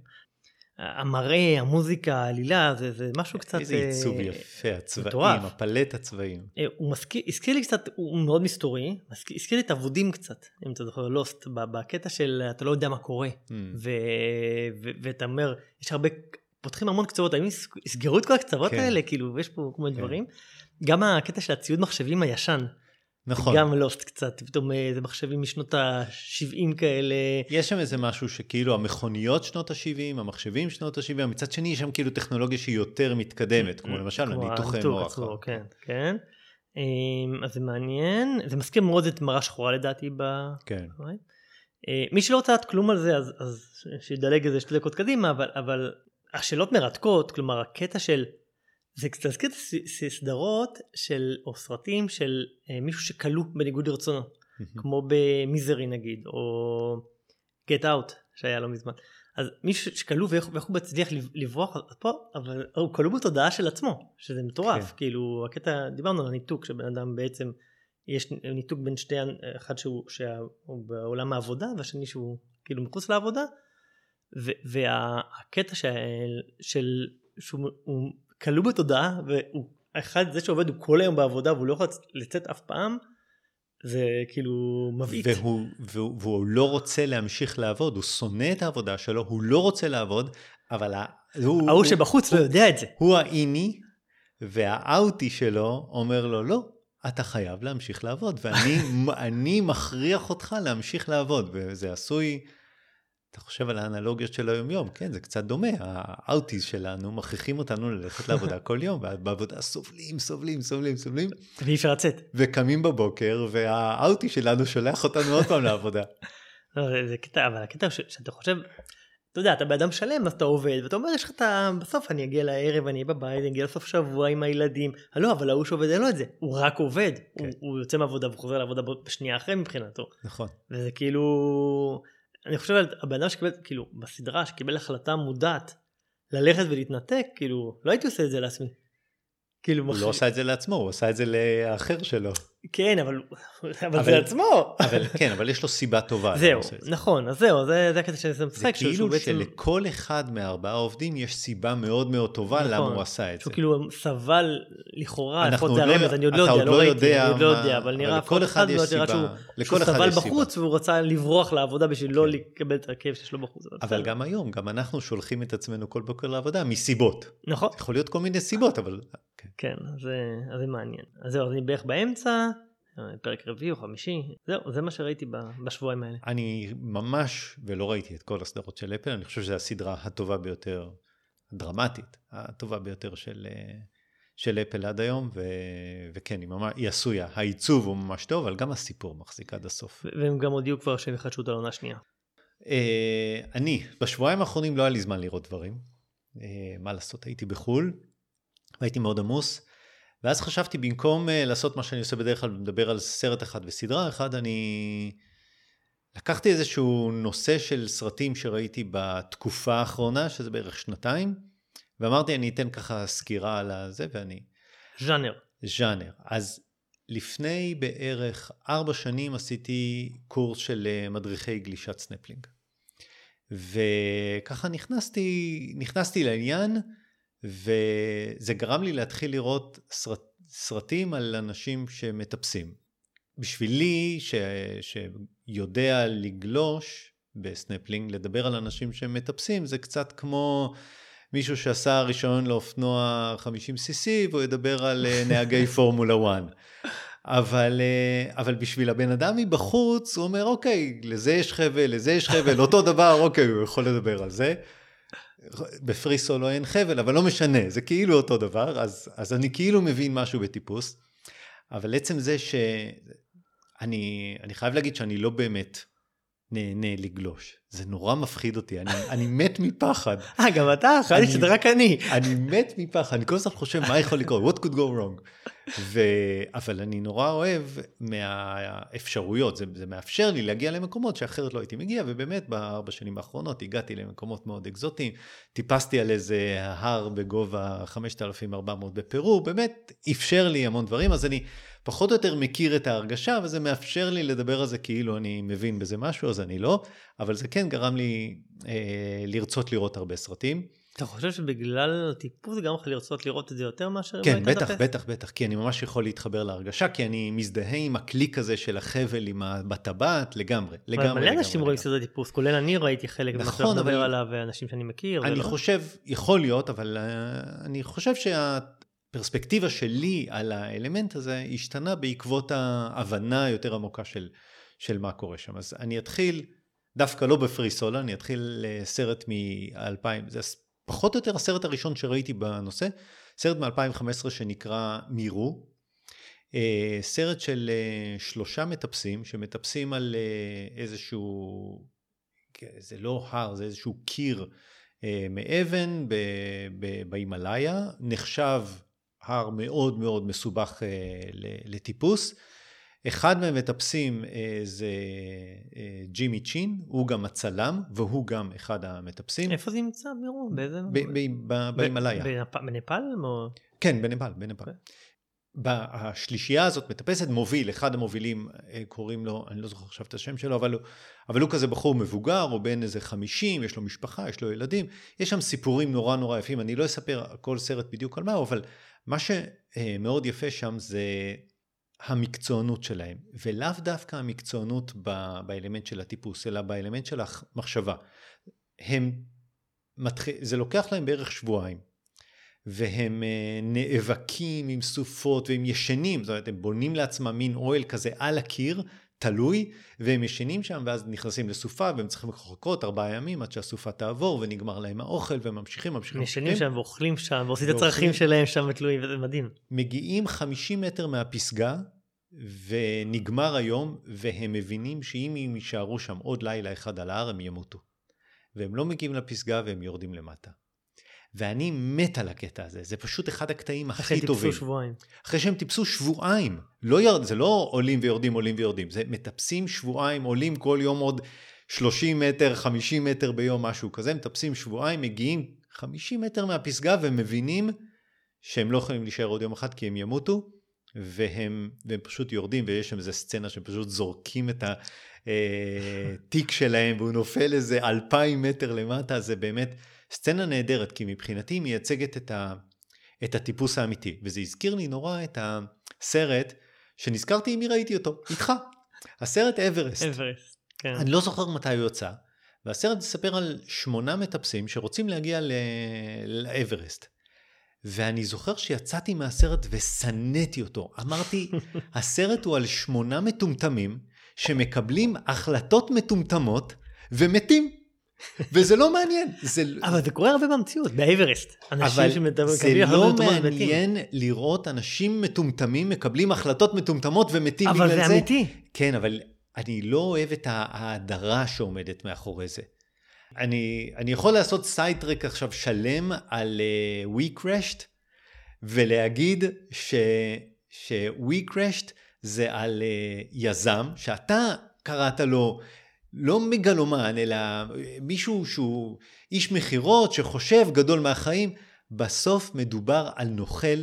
המראה, המוזיקה, העלילה, זה, זה משהו קצת... איזה עיצוב יפה, הצבעים, הפלט הצבעים. הוא מזכיר, הזכיר לי קצת, הוא מאוד מסתורי, הזכיר לי את עבודים קצת, אם אתה זוכר, לוסט, בקטע של אתה לא יודע מה קורה, ואתה אומר, יש הרבה, פותחים המון קצוות, האם יסגרו את כל הקצוות האלה, כאילו, יש פה כל מיני דברים. גם הקטע של הציוד מחשבים הישן, נכון. גם לוסט קצת, פתאום זה מחשבים משנות ה-שבעים כאלה. יש שם איזה משהו שכאילו המכוניות שנות ה-שבעים, המחשבים שנות ה-שבעים, מצד שני יש שם כאילו טכנולוגיה שהיא יותר מתקדמת, כמו למשל ניתוחי מוח. כן, כן. אז זה מעניין, זה מזכיר מאוד את מראה שחורה לדעתי. כן. מי שלא רוצה לדעת כלום על זה, אז שידלג איזה שתי דקות קדימה, אבל השאלות מרתקות, כלומר הקטע של, זה קצת להזכיר את הסדרות של, או סרטים של מישהו שקלו בניגוד לרצונו, כמו במיזרי נגיד, או Get Out שהיה לא מזמן. אז מישהו שקלו ואיך הוא מצליח לברוח פה, אבל הוא קלו בתודעה של עצמו, שזה מטורף. כאילו הקטע, דיברנו על הניתוק, שבן אדם בעצם, יש ניתוק בין שתי, אחד שהוא בעולם העבודה, והשני שהוא כאילו מחוץ לעבודה, והקטע של, שהוא קלו בתודעה, והוא אחד, זה שעובד הוא כל היום בעבודה, והוא לא יכול לצאת אף פעם, זה כאילו מבעית. והוא, והוא, והוא לא רוצה להמשיך לעבוד, הוא שונא את העבודה שלו, הוא לא רוצה לעבוד, אבל הוא... ההוא שבחוץ לא יודע את זה. הוא האיני, והאוטי שלו אומר לו, לא, אתה חייב להמשיך לעבוד, ואני אני מכריח אותך להמשיך לעבוד, וזה עשוי... אתה חושב על האנלוגיות של היום יום, כן, זה קצת דומה, האוטיז שלנו מכריחים אותנו ללכת לעבודה כל יום, ובעבודה סובלים, סובלים, סובלים, סובלים. ואי אפשר לצאת. וקמים בבוקר, והאוטיז שלנו שולח אותנו עוד פעם לעבודה. זה קטע, אבל הקטע שאתה חושב, אתה יודע, אתה באדם שלם, אז אתה עובד, ואתה אומר, יש לך את ה... בסוף אני אגיע לערב, אני אהיה בבית, אני אגיע לסוף שבוע עם הילדים, לא, אבל ההוא שעובד, אין לו את זה, הוא רק עובד, הוא יוצא מעבודה וחוזר לעבודה בשנייה אחרי מבחינתו. נכון. וזה כאילו... אני חושב על הבן אדם שקיבל, כאילו, בסדרה שקיבל החלטה מודעת ללכת ולהתנתק, כאילו, לא הייתי עושה את זה לעצמי. כאילו, הוא לא עושה את זה לעצמו, הוא עשה את זה לאחר שלו. כן, אבל, אבל זה לעצמו. אבל, כן, אבל יש לו סיבה טובה. זהו, נכון, אז זהו, זה, זה הקטע שזה משחק. זה כאילו שלכל אחד מארבעה עובדים יש סיבה מאוד מאוד טובה למה הוא עשה את זה. שהוא כאילו סבל לכאורה, לפחות זה הרמז, אני עוד לא יודע, לא ראיתי, אני עוד לא יודע, אבל נראה לכל אחד יש סיבה. שהוא סבל בחוץ והוא רצה לברוח לעבודה בשביל לא לקבל את הכאב שיש לו בחוץ. אבל גם היום, גם אנחנו שולחים את עצמנו כל בוקר לעבודה מסיבות. נכון. יכול להיות כל מיני סיבות, אבל... כן, אז זה מעניין. אז זהו, אני בערך באמצע, פרק רביעי או חמישי, זהו, זה מה שראיתי בשבועיים האלה. אני ממש, ולא ראיתי את כל הסדרות של אפל, אני חושב שזו הסדרה הטובה ביותר, הדרמטית, הטובה ביותר של, של אפל עד היום, ו, וכן, היא, ממש, היא עשויה, העיצוב הוא ממש טוב, אבל גם הסיפור מחזיק עד הסוף. והם גם הודיעו כבר שהם יחדשו את העונה השנייה. אני, בשבועיים האחרונים לא היה לי זמן לראות דברים, מה לעשות, הייתי בחול, והייתי מאוד עמוס, ואז חשבתי, במקום לעשות מה שאני עושה בדרך כלל, לדבר על סרט אחד וסדרה אחד, אני לקחתי איזשהו נושא של סרטים שראיתי בתקופה האחרונה, שזה בערך שנתיים, ואמרתי, אני אתן ככה סקירה על זה, ואני... ז'אנר. ז'אנר. אז לפני בערך ארבע שנים עשיתי קורס של מדריכי גלישת סנפלינג. וככה נכנסתי, נכנסתי לעניין, וזה גרם לי להתחיל לראות סרט, סרטים על אנשים שמטפסים. בשבילי, ש, שיודע לגלוש בסנפלינג, לדבר על אנשים שמטפסים, זה קצת כמו מישהו שעשה רישיון לאופנוע חמישים סי סי, והוא ידבר על נהגי פורמולה אחת. אבל, אבל בשביל הבן אדם מבחוץ, הוא אומר, אוקיי, לזה יש חבל, לזה יש חבל, אותו דבר, אוקיי, הוא יכול לדבר על זה. בפרי סולו אין חבל, אבל לא משנה, זה כאילו אותו דבר, אז, אז אני כאילו מבין משהו בטיפוס, אבל עצם זה שאני, אני חייב להגיד שאני לא באמת נהנה לגלוש, זה נורא מפחיד אותי, אני, אני מת מפחד. אה, גם אתה, חייתי שזה רק אני. אני מת מפחד, אני כל הזמן חושב מה יכול לקרות, what could go wrong. ו... אבל אני נורא אוהב מהאפשרויות, זה, זה מאפשר לי להגיע למקומות שאחרת לא הייתי מגיע, ובאמת בארבע שנים האחרונות הגעתי למקומות מאוד אקזוטיים, טיפסתי על איזה הר בגובה חמשת אלפים וארבע מאות בפרו, באמת אפשר לי המון דברים, אז אני פחות או יותר מכיר את ההרגשה, וזה מאפשר לי לדבר על זה כאילו אני מבין בזה משהו, אז אני לא, אבל זה כן גרם לי אה, לרצות לראות הרבה סרטים. אתה חושב שבגלל הטיפוס זה גם יכול לרצות לראות את זה יותר מאשר... כן, בטח, בטח, בטח, כי אני ממש יכול להתחבר להרגשה, כי אני מזדהה עם הקליק הזה של החבל עם בטבעת לגמרי, לגמרי. מלא אנשים רואים סרטי טיפוס, כולל אני ראיתי חלק ממה שאתה מדבר עליו, ואנשים שאני מכיר. אני חושב, יכול להיות, אבל אני חושב שהפרספקטיבה שלי על האלמנט הזה השתנה בעקבות ההבנה יותר עמוקה של, של מה קורה שם. אז אני אתחיל, דווקא לא בפרי סולו, אני אתחיל סרט מ-אלפיים, זה פחות או יותר הסרט הראשון שראיתי בנושא, סרט מ-אלפיים וחמש עשרה שנקרא מירו, סרט של שלושה מטפסים, שמטפסים על איזשהו, זה לא הר, זה איזשהו קיר מאבן בהימאליה, נחשב הר מאוד מאוד מסובך לטיפוס. אחד מהם מטפסים זה ג'ימי צ'ין, הוא גם הצלם, והוא גם אחד המטפסים. איפה זה נמצא? מירו? באיזה? בהימאליה. בנפאל? כן, בנפאל, בנפאל. השלישייה הזאת מטפסת, מוביל, אחד המובילים קוראים לו, אני לא זוכר עכשיו את השם שלו, אבל הוא, אבל הוא כזה בחור מבוגר, או בין איזה חמישים, יש לו משפחה, יש לו ילדים, יש שם סיפורים נורא נורא יפים, אני לא אספר כל סרט בדיוק על מה, אבל מה שמאוד יפה שם זה המקצוענות שלהם, ולאו דווקא המקצוענות באלמנט של הטיפוס, אלא באלמנט של המחשבה. הם, זה לוקח להם בערך שבועיים, והם נאבקים עם סופות והם ישנים, זאת אומרת, הם בונים לעצמם מין אוהל כזה על הקיר, תלוי, והם ישנים שם, ואז נכנסים לסופה, והם צריכים לחכות ארבעה ימים עד שהסופה תעבור, ונגמר להם האוכל, והם ממשיכים, ממשיכים. ישנים שם ואוכלים שם, ועושים את הצרכים שלהם שם תלויים, וזה מדהים. מגיעים חמישים מטר מהפסגה, ונגמר היום, והם מבינים שאם הם יישארו שם עוד לילה אחד על ההר, הם ימותו. והם לא מגיעים לפסגה, והם יורדים למטה. ואני מת על הקטע הזה, זה פשוט אחד הקטעים הכי טובים. אחרי שהם טיפסו שבועיים. אחרי שהם טיפסו שבועיים. לא ירד, זה לא עולים ויורדים, עולים ויורדים. זה מטפסים שבועיים, עולים כל יום עוד שלושים מטר, חמישים מטר ביום, משהו כזה. מטפסים שבועיים, מגיעים חמישים מטר מהפסגה, ומבינים שהם לא יכולים להישאר עוד יום אחד, כי הם ימותו, והם, והם פשוט יורדים, ויש שם איזו סצנה שהם פשוט זורקים את התיק שלהם, והוא נופל איזה אלפיים מטר למטה, זה באמת סצנה נהדרת, כי מבחינתי היא מייצגת את, ה, את הטיפוס האמיתי, וזה הזכיר לי נורא את הסרט, שנזכרתי אם ראיתי אותו, איתך, הסרט אברסט. אברסט, כן. אני לא זוכר מתי הוא יוצא, והסרט מספר על שמונה מטפסים שרוצים להגיע לאברסט, ואני זוכר שיצאתי מהסרט וסניתי אותו, אמרתי, הסרט הוא על שמונה מטומטמים, שמקבלים החלטות מטומטמות, ומתים. וזה לא מעניין. זה... אבל זה קורה הרבה במציאות, באברסט. אבל זה לא מעניין לראות אנשים מטומטמים, מקבלים החלטות מטומטמות ומתים בגלל זה. אבל זה אמיתי. כן, אבל אני לא אוהב את ההדרה שעומדת מאחורי זה. אני, אני יכול לעשות סייטרק עכשיו שלם על uh, We Crashed, ולהגיד ש, ש-We Crashed זה על uh, יזם, שאתה קראת לו, לא מגלומן, אלא מישהו שהוא איש מחירות, שחושב גדול מהחיים, בסוף מדובר על נוכל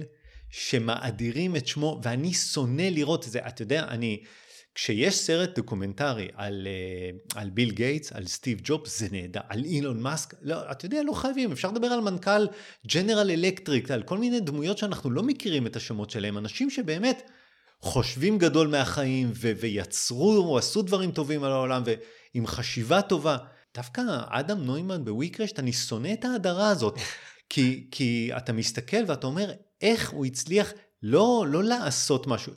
שמאדירים את שמו, ואני שונא לראות את זה. אתה יודע, אני, כשיש סרט דוקומנטרי על, על ביל גייטס, על סטיב ג'ובס, זה נהדר, על אילון מאסק, לא, אתה יודע, לא חייבים, אפשר לדבר על מנכ"ל ג'נרל אלקטריק, על כל מיני דמויות שאנחנו לא מכירים את השמות שלהם, אנשים שבאמת חושבים גדול מהחיים, ו- ויצרו, או עשו דברים טובים על העולם, ועם חשיבה טובה. דווקא אדם נוימן בווי קרשט, אני שונא את ההדרה הזאת, כי, כי אתה מסתכל ואתה אומר, איך הוא הצליח לא, לא לעשות משהו,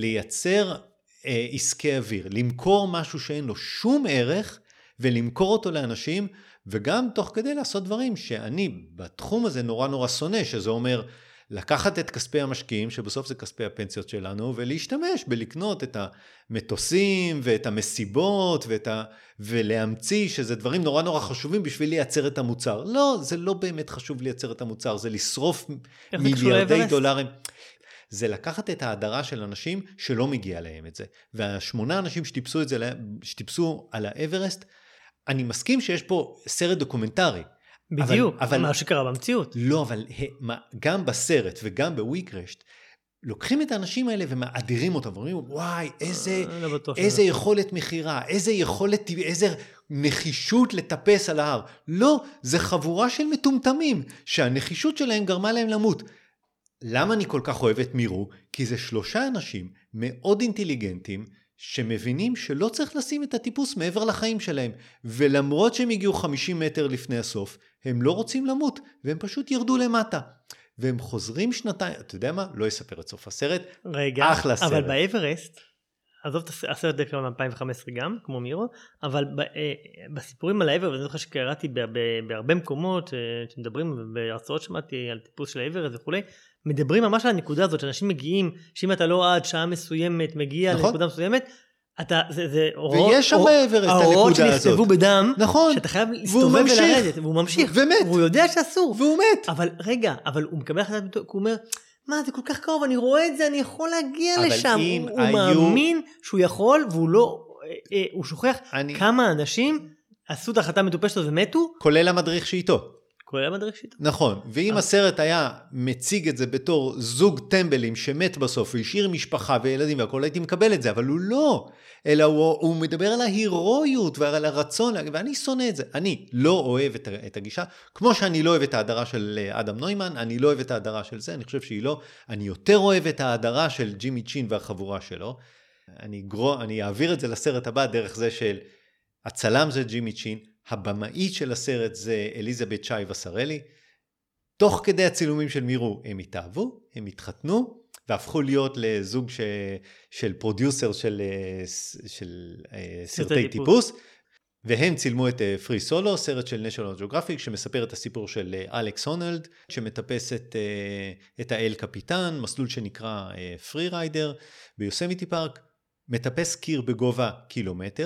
לייצר אה, עסקי אוויר, למכור משהו שאין לו שום ערך, ולמכור אותו לאנשים, וגם תוך כדי לעשות דברים שאני בתחום הזה נורא נורא שונא, שזה אומר, לקחת את כספי המשקיעים, שבסוף זה כספי הפנסיות שלנו, ולהשתמש בלקנות את המטוסים, ואת המסיבות, ואת ה... ולהמציא שזה דברים נורא נורא חשובים בשביל לייצר את המוצר. לא, זה לא באמת חשוב לייצר את המוצר, זה לשרוף מיליארדי דולרים. זה לקחת את ההדרה של אנשים שלא מגיע להם את זה. והשמונה אנשים שטיפסו, את זה, שטיפסו על האברסט, אני מסכים שיש פה סרט דוקומנטרי, בדיוק, אבל, מה שקרה במציאות. לא, אבל גם בסרט וגם בווי קרשט, לוקחים את האנשים האלה ומאדירים אותם, ואומרים, וואי, איזה, איזה יכולת מחירה, איזה יכולת, איזה נחישות לטפס על ההר. לא, זה חבורה של מטומטמים, שהנחישות שלהם גרמה להם למות. למה אני כל כך אוהב את מירו? כי זה שלושה אנשים מאוד אינטליגנטים, שמבינים שלא צריך לשים את הטיפוס מעבר לחיים שלהם, ולמרות שהם הגיעו חמישים מטר לפני הסוף, הם לא רוצים למות, והם פשוט ירדו למטה. והם חוזרים שנתיים, אתה יודע מה? לא יספר את סוף הסרט, רגע, אחלה סרט. אבל באברסט, עזוב את הסרט דרך כלל מ-אלפיים וחמש עשרה גם, כמו מירו, אבל בסיפורים על העבר, ואני זוכר שקראתי בהרבה מקומות, שמדברים, בהרצאות שמעתי על טיפוס של העבר וכו', מדברים ממש על הנקודה הזאת, שאנשים מגיעים, שאם אתה לא עד שעה מסוימת, מגיע לנקודה מסוימת, אתה, זה, זה אורות, ויש שם מעבר את הנקודה הזאת. האורות שנכתבו בדם, נכון. שאתה חייב להסתובב ולרדת, והוא ממשיך. ומת. והוא יודע שאסור. והוא מת. אבל רגע, אבל הוא מקבל החלטה, הוא אומר, מה, זה כל כך קרוב, אני רואה את זה, אני יכול להגיע לשם. הוא, הוא היו... מאמין שהוא יכול, והוא לא, אה, הוא שוכח אני... כמה אנשים עשו את החלטה מטופשת ומתו. כולל המדריך שאיתו. כולל המדריך שאיתו. נכון, ואם הסרט היה מציג את זה בתור זוג טמבלים שמת בסוף, והשאיר משפחה וילדים והכל, הייתי מקבל את זה, אבל הוא לא. אלא הוא, הוא מדבר על ההירואיות ועל הרצון, ואני שונא את זה. אני לא אוהב את, את הגישה, כמו שאני לא אוהב את ההדרה של אדם נוימן, אני לא אוהב את ההדרה של זה, אני חושב שהיא לא. אני יותר אוהב את ההדרה של ג'ימי צ'ין והחבורה שלו. אני, גרו, אני אעביר את זה לסרט הבא דרך זה של הצלם זה ג'ימי צ'ין, הבמאית של הסרט זה אליזבת שי וסרלי. תוך כדי הצילומים של מירו הם התאהבו, הם התחתנו, והפכו להיות לזוג ש... של פרודיוסר של, של סרטי טיפוס, והם צילמו את פרי סולו, סרט של נשיונל ג'יאוגרפיק, שמספר את הסיפור של אלכס הונלד, שמטפס את, את האל קפיטן, מסלול שנקרא פרי ריידר, ביוסמיטי פארק, מטפס קיר בגובה קילומטר,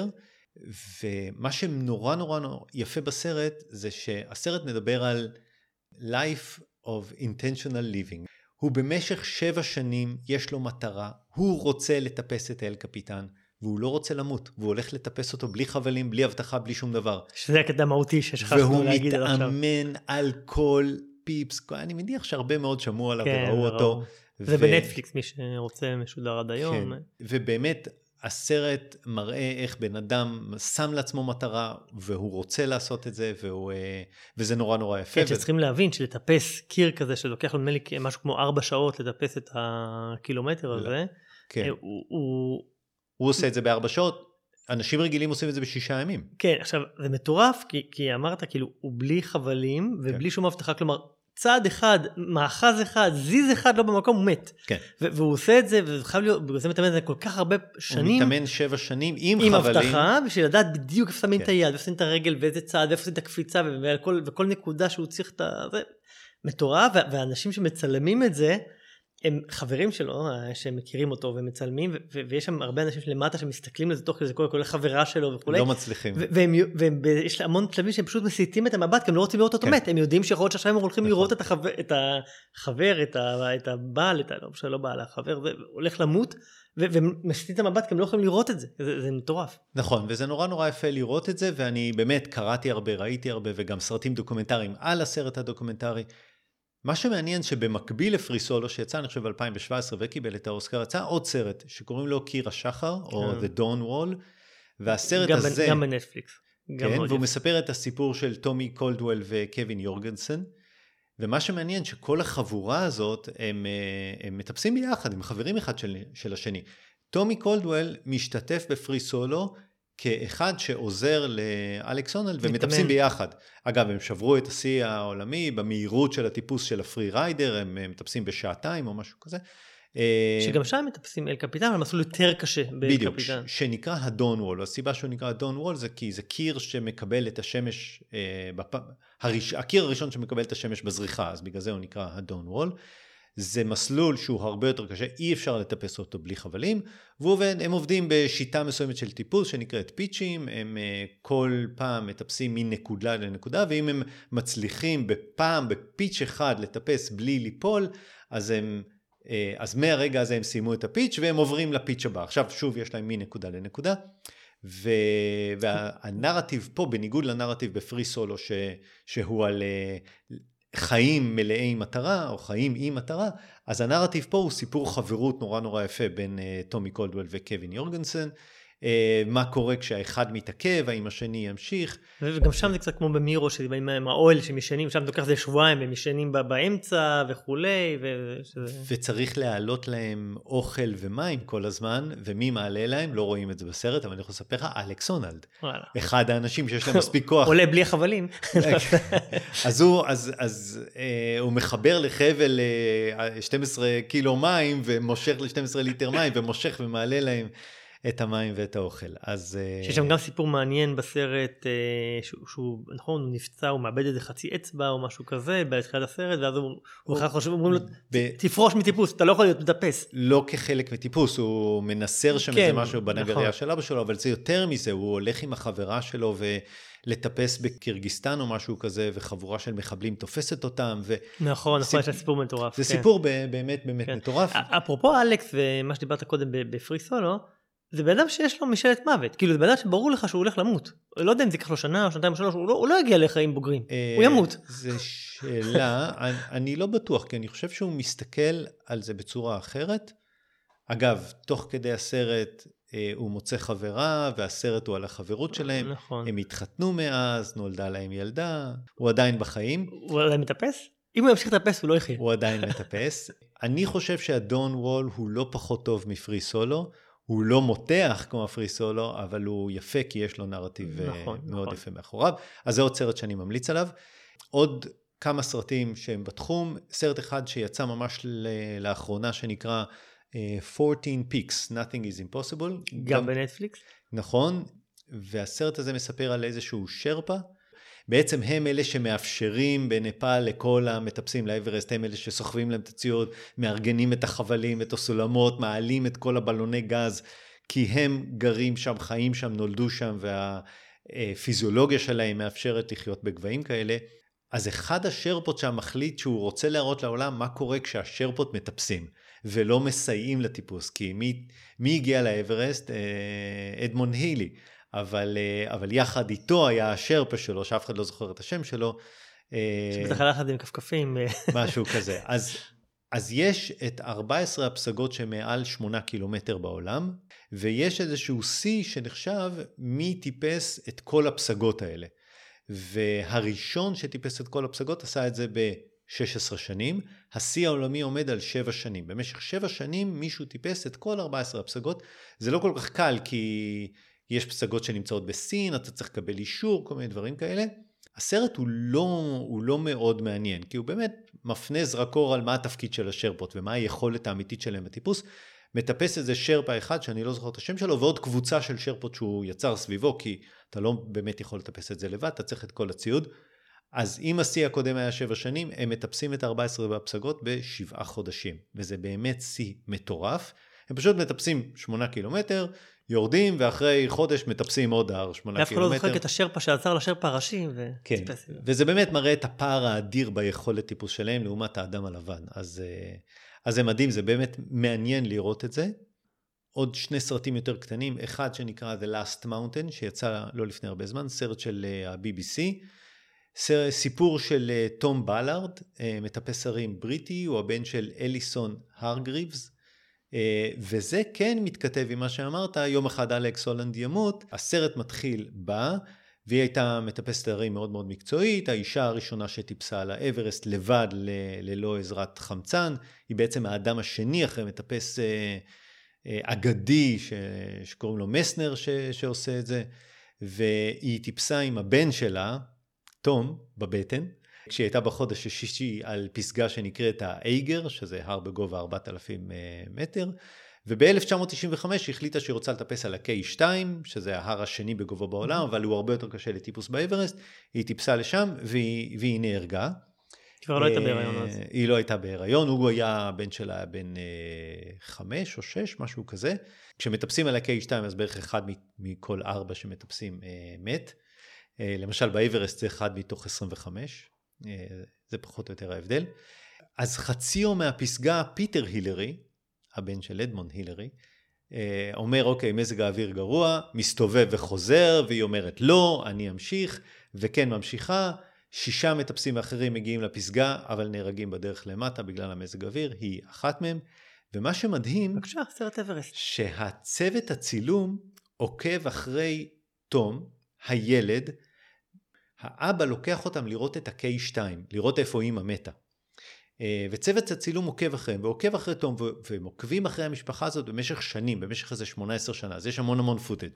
ומה שנורא נורא יפה בסרט, זה שהסרט מדבר על life of intentional living. הוא במשך שבע שנים, יש לו מטרה, הוא רוצה לטפס את האל קפיטן, והוא לא רוצה למות, והוא הולך לטפס אותו בלי חבלים, בלי הבטחה, בלי שום דבר. שזה הקטע מהותי ששכחנו להגיד עד עכשיו. והוא מתאמן על כל פיפס, אני מניח שהרבה מאוד שמעו עליו כן, וראו אותו. זה ו... בנטפליקס, מי שרוצה משודר עד היום. כן, ובאמת, הסרט מראה איך בן אדם שם לעצמו מטרה, והוא רוצה לעשות את זה, והוא, וזה נורא נורא יפה. כן, שצריכים להבין שלטפס קיר כזה, שלוקח לו משהו כמו ארבע שעות לטפס את הקילומטר הזה, כן. הוא, הוא... הוא עושה את זה בארבע שעות, אנשים רגילים עושים את זה בשישה ימים. כן, עכשיו, זה מטורף, כי, כי אמרת, כאילו, הוא בלי חבלים, ובלי כן. שום הבטחה, כלומר, צעד אחד, מאחז אחד, זיז אחד לא במקום, הוא מת. כן. והוא עושה את זה, וזה חייב להיות, בגלל זה מתאמן את זה כל כך הרבה שנים. הוא מתאמן שבע שנים עם, עם חבלים. עם הבטחה, בשביל לדעת בדיוק איפה שמים כן. את היד, ואיפה שמים את הרגל, ואיזה צעד, ואיפה שמים את הקפיצה, וכל, וכל נקודה שהוא צריך את זה. מטורף, והאנשים שמצלמים את זה, הם חברים שלו, שמכירים אותו ומצלמים, ויש שם הרבה אנשים למטה שמסתכלים לזה תוך כדי, כל חברה שלו וכו'. לא מצליחים. ויש המון צלמים שהם פשוט מסיתים את המבט, כי הם לא רוצים לראות אותו מת, הם יודעים שיכול להיות שעכשיו הם הולכים לראות את החבר, את הבעל, לא בעל, החבר, והולך למות, ומסיתים את המבט, כי הם לא יכולים לראות את זה, זה מטורף. נכון, וזה נורא נורא יפה לראות את זה, ואני באמת קראתי הרבה, ראיתי הרבה, וגם סרטים דוקומנטריים על הסרט הדוקומנטרי. מה שמעניין שבמקביל לפרי סולו, שיצא אני חושב ב-אלפיים שבע עשרה וקיבל את האוסקר, יצא עוד סרט שקוראים לו קיר השחר, או The Dawn Wall, והסרט גם הזה... גם בנטפליקס. כן, והוא יפה. מספר את הסיפור של טומי קולדוול וקווין יורגנסון, ומה שמעניין שכל החבורה הזאת, הם, הם מטפסים ביחד, הם חברים אחד של, של השני. טומי קולדוול משתתף בפרי סולו, כאחד שעוזר לאלכס הונלד ומטפסים ביחד. אגב, הם שברו את השיא העולמי במהירות של הטיפוס של הפרי ריידר, הם מטפסים בשעתיים או משהו כזה. שגם שם מטפסים אל קפיטן, אבל מסלול יותר קשה באל קפיטן. בדיוק, שנקרא הדון וול. הסיבה שהוא נקרא הדון וול זה כי זה קיר שמקבל את השמש, הקיר הראשון שמקבל את השמש בזריחה, אז בגלל זה הוא נקרא הדון וול. זה מסלול שהוא הרבה יותר קשה, אי אפשר לטפס אותו בלי חבלים, והם עובדים בשיטה מסוימת של טיפוס שנקראת פיצ'ים, הם כל פעם מטפסים מנקודה לנקודה, ואם הם מצליחים בפעם, בפיץ' אחד לטפס בלי ליפול, אז הם, אז מהרגע הזה הם סיימו את הפיץ' והם עוברים לפיץ' הבא. עכשיו שוב יש להם מנקודה לנקודה, והנרטיב פה, בניגוד לנרטיב בפרי סולו, ש, שהוא על... חיים מלאי מטרה, או חיים עם מטרה, אז הנרטיב פה הוא סיפור חברות נורא נורא יפה בין uh, טומי קולדוול וקווין יורגנסון, uh, מה קורה כשהאחד מתעכב, האם השני ימשיך. וגם שם זה קצת כמו במירו, שבאים עם האוהל שמשנים, שם לוקח זה שבועיים, הם משנים באמצע וכולי. ו... וצריך להעלות להם אוכל ומים כל הזמן, ומי מעלה להם, לא רואים את זה בסרט, אבל אני יכול לספר לך, אלכס הונלד. אחד האנשים שיש להם מספיק כוח. עולה בלי החבלים. אז הוא, אז, אז, אה, הוא מחבר לחבל אה, שתים עשרה קילו מים, ומושך ל-שנים עשר ליטר מים, ומושך ומעלה להם. את המים ואת האוכל. אז... שיש שם גם סיפור מעניין בסרט, שהוא, שהוא נכון, הוא נפצע, הוא מאבד איזה חצי אצבע או משהו כזה, בתחילת הסרט, ואז הוא, הוא בכלל חושב, אומרים לו, ב... תפרוש מטיפוס, אתה לא יכול להיות מטפס. לא כחלק מטיפוס, הוא מנסר שם כן, איזה משהו בנגריה נכון. של אבא שלו, אבל זה יותר מזה, הוא הולך עם החברה שלו ו... לטפס בקירגיסטן או משהו כזה, וחבורה של מחבלים תופסת אותם. ו... נכון, נכון, יש סיפור מטורף. זה כן. סיפור באמת באמת כן. מטורף. אפרופו אלכס, ומה שדיברת קודם בפרי סולו, זה בן אדם שיש לו משאלת מוות. כאילו, זה בן אדם שברור לך שהוא הולך למות. לא יודע אם זה ייקח לו שנה או שנתיים או שלוש, הוא לא, הוא לא יגיע לחיים בוגרים. הוא ימות. זו שאלה, אני, אני לא בטוח, כי אני חושב שהוא מסתכל על זה בצורה אחרת. אגב, תוך כדי הסרט... הוא מוצא חברה, והסרט הוא על החברות שלהם. נכון. הם התחתנו מאז, נולדה להם ילדה, הוא עדיין בחיים. הוא עדיין מטפס? אם הוא ימשיך לטפס, הוא לא יחיה. הוא עדיין מטפס. אני חושב שהדון וול הוא לא פחות טוב מפרי סולו, הוא לא מותח כמו הפרי סולו, אבל הוא יפה כי יש לו נרטיב נכון, מאוד נכון. יפה מאחוריו. אז זה עוד סרט שאני ממליץ עליו. עוד כמה סרטים שהם בתחום, סרט אחד שיצא ממש לאחרונה שנקרא... fourteen Peaks, Nothing is Impossible. גם, גם בנטפליקס? נכון, והסרט הזה מספר על איזשהו שרפה. בעצם הם אלה שמאפשרים בנפאל לכל המטפסים לאברסט, הם אלה שסוחבים להם את הציוד, מארגנים את החבלים, את הסולמות, מעלים את כל הבלוני גז, כי הם גרים שם, חיים שם, נולדו שם, והפיזיולוגיה שלהם מאפשרת לחיות בגבהים כאלה. אז אחד השרפות שם מחליט שהוא רוצה להראות לעולם מה קורה כשהשרפות מטפסים. ולא מסייעים לטיפוס, כי מי, מי הגיע לאברסט? אדמונד הילי, אבל, אבל יחד איתו היה השרפה שלו, שאף אחד לא זוכר את השם שלו. שבטח הלך עם כפכפים. משהו כזה. אז, אז יש את ארבע עשרה הפסגות שמעל שמונה קילומטר בעולם, ויש איזשהו שיא שנחשב מי טיפס את כל הפסגות האלה. והראשון שטיפס את כל הפסגות עשה את זה ב... שש עשרה שנים, השיא העולמי עומד על שבע שנים. במשך שבע שנים מישהו טיפס את כל ארבע עשרה הפסגות. זה לא כל כך קל כי יש פסגות שנמצאות בסין, אתה צריך לקבל אישור, כל מיני דברים כאלה. הסרט הוא לא, הוא לא מאוד מעניין, כי הוא באמת מפנה זרקור על מה התפקיד של השרפות ומה היכולת האמיתית שלהם בטיפוס. מטפס איזה שרפה אחד שאני לא זוכר את השם שלו, ועוד קבוצה של שרפות שהוא יצר סביבו, כי אתה לא באמת יכול לטפס את זה לבד, אתה צריך את כל הציוד. אז אם השיא הקודם היה שבע שנים, הם מטפסים את ארבע עשרה הפסגות בשבעה חודשים, וזה באמת שיא מטורף. הם פשוט מטפסים שמונה קילומטר, יורדים, ואחרי חודש מטפסים עוד שמונה קילומטר. אף אחד לא זוכר את השרפה שעצר לשרפה הראשי. כן, וזה באמת מראה את הפער האדיר ביכולת טיפוס שלהם, לעומת האדם הלבן. אז, אז זה מדהים, זה באמת מעניין לראות את זה. עוד שני סרטים יותר קטנים, אחד שנקרא The Last Mountain, שיצא לא לפני הרבה זמן, סרט של ה-בי בי סי, סיפור של תום בלארד, מטפס הרים בריטי, הוא הבן של אליסון הרגריבס, וזה כן מתכתב עם מה שאמרת, יום אחד אלכס הולנד ימות, הסרט מתחיל בה, והיא הייתה מטפסת הרים מאוד מאוד מקצועית, האישה הראשונה שטיפסה על האברסט לבד ל- ללא עזרת חמצן, היא בעצם האדם השני אחרי מטפס אגדי ש- שקוראים לו מסנר ש- שעושה את זה, והיא טיפסה עם הבן שלה, תום, בבטן, כשהיא הייתה בחודש השישי על פסגה שנקראת האייגר, שזה הר בגובה ארבעת אלפים מטר, וב-אלף תשע מאות תשעים וחמש היא החליטה שהיא רוצה לטפס על ה-קיי שתיים, שזה ההר השני בגובה בעולם, אבל הוא הרבה יותר קשה לטיפוס באברסט, היא טיפסה לשם והיא, והיא נהרגה. כבר לא הייתה בהיריון אז. היא לא הייתה בהיריון, הוא היה בן שלה בן חמש או שש, משהו כזה. כשמטפסים על ה-קיי שתיים, אז בערך אחד מכל ארבע שמטפסים מת. למשל באברסט זה אחד מתוך עשרים וחמש, זה פחות או יותר ההבדל. אז חצי יום מהפסגה, פיטר הילרי, הבן של אדמונד הילרי, אומר, אוקיי, מזג האוויר גרוע, מסתובב וחוזר, והיא אומרת, לא, אני אמשיך, וכן ממשיכה, שישה מטפסים האחרים מגיעים לפסגה, אבל נהרגים בדרך למטה בגלל המזג האוויר, היא אחת מהם, ומה שמדהים, בבקשה, סרט אברסט. שהצוות הצילום עוקב אחרי תום, הילד, האבא לוקח אותם לראות את ה-קיי שתיים, לראות איפה אמא מתה. וצוות הצילום עוקב אחריהם, ועוקב אחרי תום, והם עוקבים אחרי המשפחה הזאת במשך שנים, במשך איזה שמונה עשרה שנה, אז יש המון המון פוטאג'.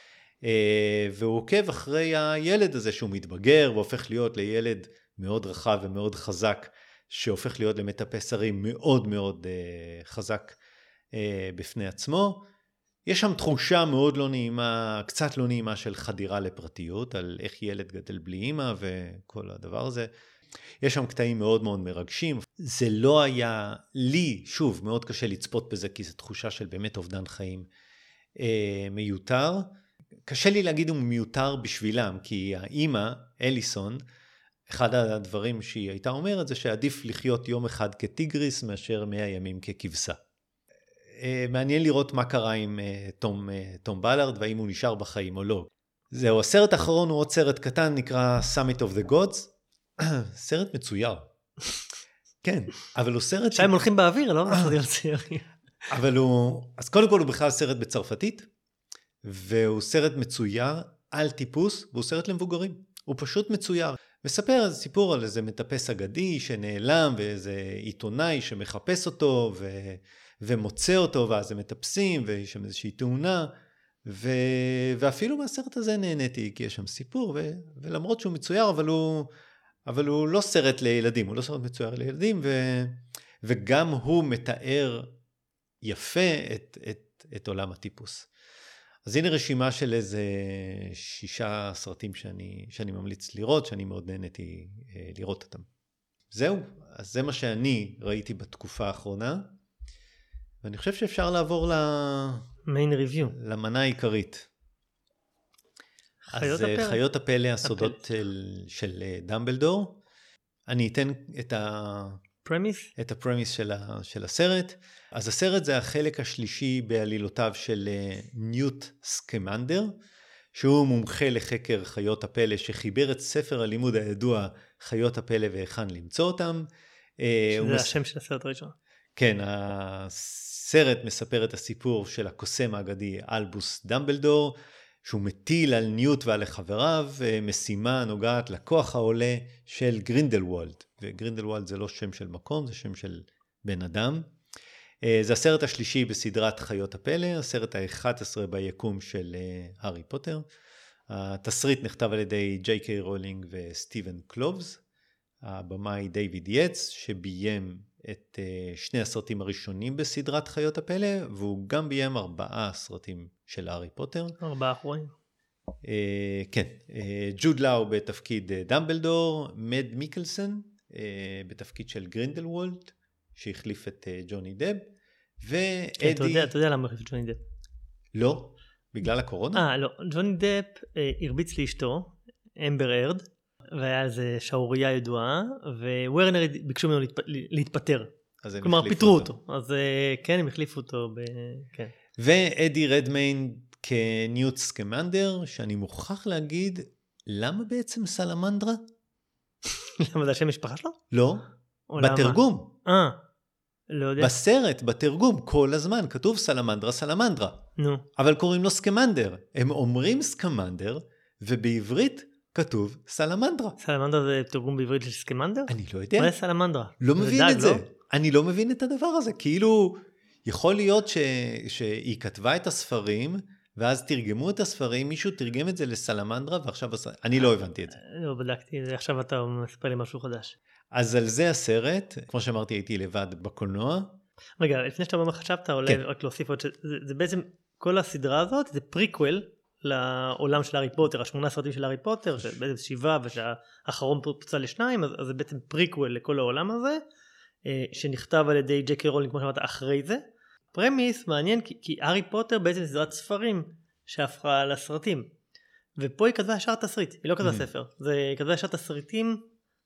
והוא עוקב אחרי הילד הזה שהוא מתבגר, והופך להיות לילד מאוד רחב ומאוד חזק, שהופך להיות למטפס הרים מאוד מאוד חזק בפני עצמו, יש שם תחושה מאוד לא נעימה, קצת לא נעימה של חדירה לפרטיות, על איך ילד גדל בלי אמא וכל הדבר הזה. יש שם קטעים מאוד מאוד מרגשים. זה לא היה לי, שוב, מאוד קשה לצפות בזה, כי זו תחושה של באמת אובדן חיים אה, מיותר. קשה לי להגיד אם הוא מיותר בשבילם, כי האמא, אליסון, אחד הדברים שהיא הייתה אומרת, זה שעדיף לחיות יום אחד כטיגריס, מאשר מאה ימים ככבשה. מעניין לראות מה קרה עם תום, תום בלארד, והאם הוא נשאר בחיים או לא. זהו, הסרט האחרון הוא עוד סרט קטן, נקרא Summit of the Gods. סרט מצויר. כן, אבל הוא סרט... שהם הולכים באוויר, לא? אבל הוא... אז קודם כל הוא בכלל סרט בצרפתית, והוא סרט מצויר על טיפוס, והוא סרט למבוגרים. הוא פשוט מצויר. מספר איזה סיפור על איזה מטפס אגדי שנעלם, ואיזה עיתונאי שמחפש אותו, ו... ומוצא אותו, ואז הם מטפסים, ויש שם איזושהי תאונה, ו... ואפילו מהסרט הזה נהניתי, כי יש שם סיפור, ו... ולמרות שהוא מצויר, אבל הוא... אבל הוא לא סרט לילדים, הוא לא סרט מצויר לילדים, ו... וגם הוא מתאר יפה את, את, את עולם הטיפוס. אז הנה רשימה של איזה שישה סרטים שאני, שאני ממליץ לראות, שאני מאוד נהניתי לראות אותם. זהו, אז זה מה שאני ראיתי בתקופה האחרונה, ואני חושב שאפשר לעבור ל... מיין ריוויו. למנה העיקרית. חיות אז הפלא. חיות הפלא, הסודות של, של דמבלדור. אני אתן את ה... פרמיס? את הפרמיס של, ה... של הסרט. אז הסרט זה החלק השלישי בעלילותיו של ניוט סקמנדר, שהוא מומחה לחקר חיות הפלא, שחיבר את ספר הלימוד הידוע חיות הפלא והיכן למצוא אותם. שזה מס... השם של הסרט הראשון. כן, הסרט מספר את הסיפור של הקוסם האגדי אלבוס דמבלדור, שהוא מטיל על ניוט ועל חבריו משימה נוגעת לכוח העולה של גרינדלוולד. וגרינדלוולד זה לא שם של מקום, זה שם של בן אדם. זה הסרט השלישי בסדרת חיות הפלא, הסרט ה-אחד עשר ביקום של הארי פוטר. התסריט נכתב על ידי ג'יי קיי רולינג וסטיבן קלובס. הבמאי דיוויד יץ, שביים את שני הסרטים הראשונים בסדרת חיות הפלא, והוא גם ביים ארבעה סרטים של הארי פוטר. ארבעה אחרונים. כן, ג'וד לאו בתפקיד דמבלדור, מד מיקלסון בתפקיד של גרינדלוולד, שהחליף את ג'וני דב, ואדי... אתה יודע, אתה יודע למה החליף את ג'וני דב? לא, בגלל הקורונה? אה, לא, ג'וני דב הרביץ לאשתו, אמבר ארד, והיה איזה שעוריה ידועה, ווורנר ביקשו ממנו להתפטר. כלומר, פיטרו אותו. אותו. אז כן, הם החליפו אותו. ב... כן. ואדי רדמיין כניוט סקמנדר, שאני מוכרח להגיד, למה בעצם סלמנדרה? למה זה השם משפחה שלו? לא, בתרגום. אה, לא יודע. בסרט, בתרגום, כל הזמן, כתוב סלמנדרה, סלמנדרה. נו. אבל קוראים לו סקמנדר. הם אומרים סקמנדר, ובעברית כתוב סלמנדרה. סלמנדרה זה תרגום בעברית של סקמנדר? אני לא יודע. מה זה סלמנדרה? לא מבין את זה. אני לא מבין את הדבר הזה. כאילו, יכול להיות ש... שהיא כתבה את הספרים, ואז תרגמו את הספרים, מישהו תרגם את זה לסלמנדרה, ועכשיו... אני לא הבנתי את זה. לא בדקתי את זה, עכשיו אתה מספר לי משהו חדש. אז על זה הסרט, כמו שאמרתי, הייתי לבד בקולנוע. רגע, לפני שאתה אומר חשבת, אולי רק להוסיף עוד שזה בעצם, כל הסדרה הזאת, זה פריקוול, לעולם של הארי פוטר, השמונה סרטים של הארי פוטר, שבעצם שבעה ושהאחרון פוצל לשניים, אז זה בעצם פריקוול לכל העולם הזה, שנכתב על ידי ג'יי קיי רולינג, כמו שאמרת, אחרי זה. פרמיס מעניין, כי, כי הארי פוטר בעצם סדרת ספרים שהפכה לסרטים, ופה היא כתבה ישר תסריט, היא לא כתבה ספר, זה כתבה ישר תסריטים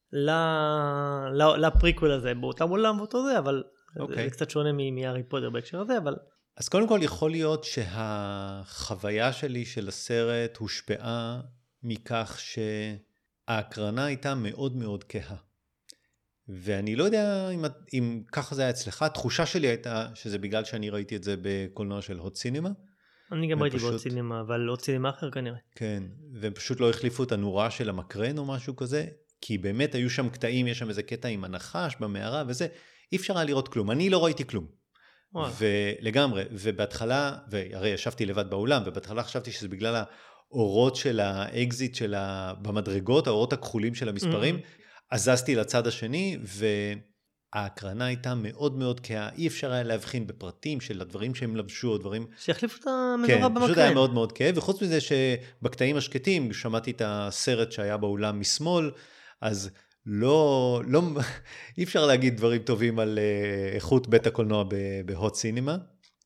לפריקוול הזה, באותם עולם ואותו זה, אבל זה קצת שונה מהארי פוטר בהקשר הזה, אבל... אז קודם כל יכול להיות שהחוויה שלי של הסרט הושפעה מכך שההקרנה הייתה מאוד מאוד כהה. ואני לא יודע אם, אם ככה זה היה אצלך, התחושה שלי הייתה שזה בגלל שאני ראיתי את זה בקולנוע של הוט סינמה. אני גם ראיתי בהוט סינמה, אבל הוט סינמה אחר כנראה. כן, והם פשוט לא החליפו את הנורה של המקרן או משהו כזה, כי באמת היו שם קטעים, יש שם איזה קטע עם הנחש במערה וזה, אי אפשר היה לראות כלום, אני לא ראיתי כלום. ולגמרי, ובהתחלה, והרי ישבתי לבד באולם, ובהתחלה חשבתי שזה בגלל האורות של האקזיט של ה... במדרגות, האורות הכחולים של המספרים, עזזתי לצד השני, ההקרנה הייתה מאוד מאוד כהה, אי אפשר היה להבחין בפרטים של הדברים שהם לבשו, דברים... שיחליפו את המנורה כן, במקרן. פשוט היה מאוד מאוד כהה, וחוץ מזה שבקטעים השקטים, שמעתי את הסרט שהיה באולם משמאל, אז לא, לא, אי אפשר להגיד דברים טובים על איכות בית הקולנוע בהוט סינמה.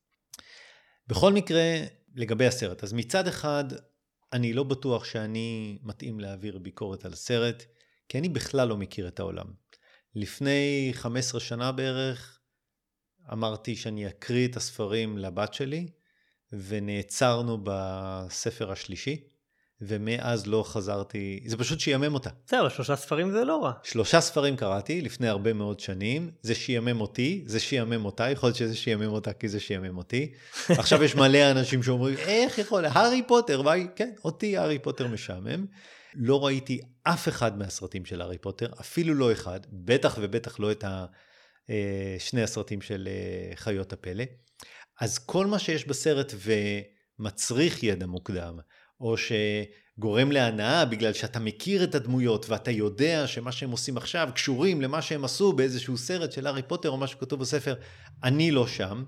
בכל מקרה, לגבי הסרט, אז מצד אחד, אני לא בטוח שאני מתאים להעביר ביקורת על הסרט, כי אני בכלל לא מכיר את העולם. לפני חמש עשרה שנה בערך, אמרתי שאני אקריא את הספרים לבת שלי, ונעצרנו בספר השלישי, ומאז לא חזרתי, זה פשוט שיאמם אותה. זה, אבל שלושה ספרים זה לא רע. שלושה ספרים קראתי לפני הרבה מאוד שנים, זה שיאמם אותי, זה שיאמם אותה, יכול להיות שזה שיאמם אותה כי זה שיאמם אותי. עכשיו יש מלא אנשים שאומרים, איך יכול, הארי פוטר, ואי, כן, אותי הארי פוטר משעמם. לא ראיתי אף אחד מהסרטים של הארי פוטר, אפילו לא אחד, בטח ובטח לא את שני הסרטים של חיות הפלא. אז כל מה שיש בסרט ומצריך ידע מוקדם, או שגורם להנאה בגלל שאתה מכיר את הדמויות, ואתה יודע שמה שהם עושים עכשיו קשורים למה שהם עשו באיזשהו סרט של הארי פוטר, או מה שכתוב בספר, אני לא שם.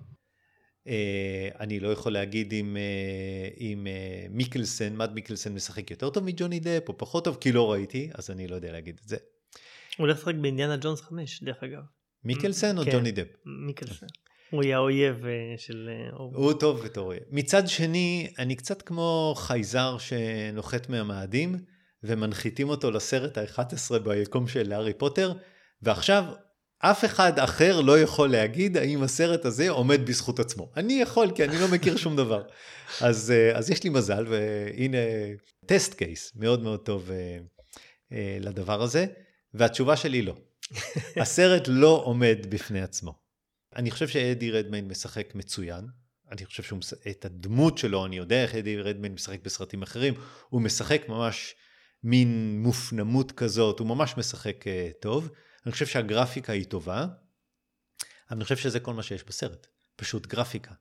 אני לא יכול להגיד אם, אם מיקלסן, מד מיקלסן משחק יותר טוב מג'וני דאפ, או פחות טוב, כי לא ראיתי, אז אני לא יודע להגיד את זה. הוא הולך לשחק באינדיאנה ג'ונס חמש, דרך אגב. מיקלסן או ג'וני דאפ? מיקלסן. הוא יהיה האויב של... הוא טוב בתור אויב. מצד שני, אני קצת כמו חייזר שנוחת מהמאדים, ומנחיתים אותו לסרט ה-אחת עשרה ביקום של הארי פוטר, ועכשיו אף אחד אחר לא יכול להגיד האם הסרט הזה עומד בזכות עצמו. אני יכול, כי אני לא מכיר שום דבר. אז, אז יש לי מזל, והנה טסט קייס מאוד מאוד טוב לדבר הזה, והתשובה שלי לא. הסרט לא עומד בפני עצמו. אני חושב שאדי רדמיין משחק מצוין, אני חושב שאת הדמות שלו, אני יודע איך אדי רדמיין משחק בסרטים אחרים, הוא משחק ממש מין מופנמות כזאת, הוא ממש משחק טוב, אני חושב שהגרפיקה היא טובה, אבל אני חושב שזה כל מה שיש בסרט, פשוט גרפיקה.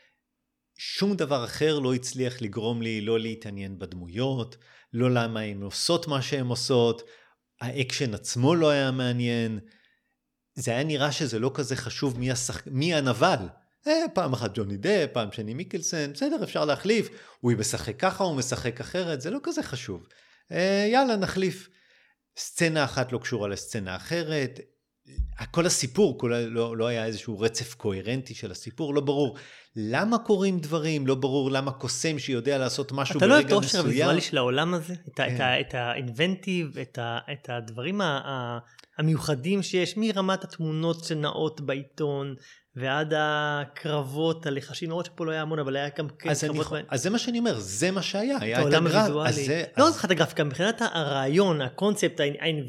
שום דבר אחר לא הצליח לגרום לי לא להתעניין בדמויות, לא למה הן עושות מה שהן עושות, האקשן עצמו לא היה מעניין, זה היה נראה שזה לא כזה חשוב מי, השח... מי הנבל. אה, פעם אחת ג'וני דאפ, פעם שני מיקלסן, בסדר, אפשר להחליף. הוא משחק ככה, הוא משחק אחרת, זה לא כזה חשוב. אה, יאללה, נחליף. סצנה אחת לא קשורה לסצנה אחרת. כל הסיפור, כל... לא, לא היה איזשהו רצף קוהרנטי של הסיפור, לא ברור למה קורים דברים, לא ברור למה קוסם שיודע לעשות משהו ברגע מסוים. אתה לא את העושר הוויזואלי של העולם הזה? את האינבנטיב, את הדברים ה... המיוחדים שיש מרמת התמונות שנעות בעיתון ועד הקרבות הלחשים, למרות שפה לא היה המון, אבל היה גם קרבות. אז זה מה שאני אומר, זה מה שהיה. את העולם הוויזואלי. לא רק את הגרפיקה, מבחינת הרעיון, הקונספט,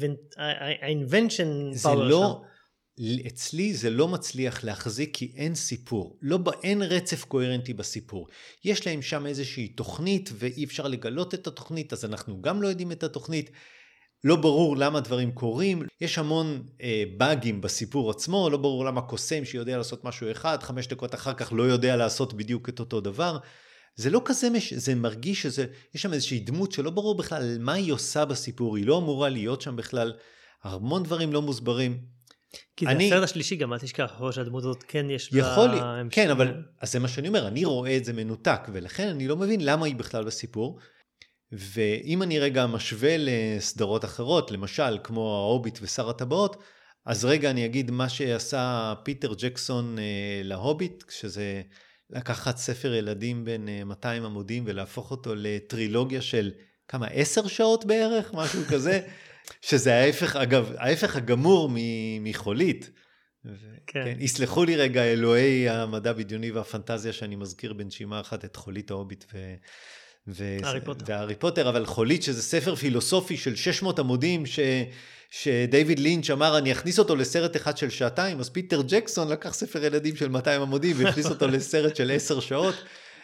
האינבנשן פאוור. אצלי זה לא מצליח להחזיק כי אין סיפור, לא, אין רצף קוהרנטי בסיפור. יש להם שם איזושהי תוכנית ואי אפשר לגלות את התוכנית, אז אנחנו גם לא יודעים את התוכנית. לא ברור למה דברים קורים, יש המון אה, באגים בסיפור עצמו, לא ברור למה קוסם שיודע לעשות משהו אחד, חמש דקות אחר כך לא יודע לעשות בדיוק את אותו דבר. זה לא כזה, מש... זה מרגיש שזה, יש שם איזושהי דמות שלא ברור בכלל מה היא עושה בסיפור, היא לא אמורה להיות שם בכלל, המון דברים לא מוסברים. כי זה אני... הסרט השלישי גם, אל תשכח, יכול שהדמות הזאת כן יש יכול בה... כן, אבל אז זה מה שאני אומר, אני רואה את זה מנותק, ולכן אני לא מבין למה היא בכלל בסיפור. ואם אני רגע משווה לסדרות אחרות, למשל כמו ההוביט ושר הטבעות, אז רגע אני אגיד מה שעשה פיטר ג'קסון אה, להוביט, שזה לקחת ספר ילדים בין אה, מאתיים עמודים ולהפוך אותו לטרילוגיה של כמה, עשר שעות בערך, משהו כזה, שזה ההפך, אגב, ההפך הגמור מחולית. ו- כן. כן, יסלחו לי רגע אלוהי המדע בדיוני והפנטזיה שאני מזכיר בנשימה אחת את חולית ההוביט ו... ו- והארי פוטר, אבל חולית שזה ספר פילוסופי של שש מאות עמודים ש- שדייוויד לינץ' אמר אני אכניס אותו לסרט אחד של שעתיים, אז פיטר ג'קסון לקח ספר ילדים של מאתיים עמודים והכניס אותו לסרט של עשר שעות.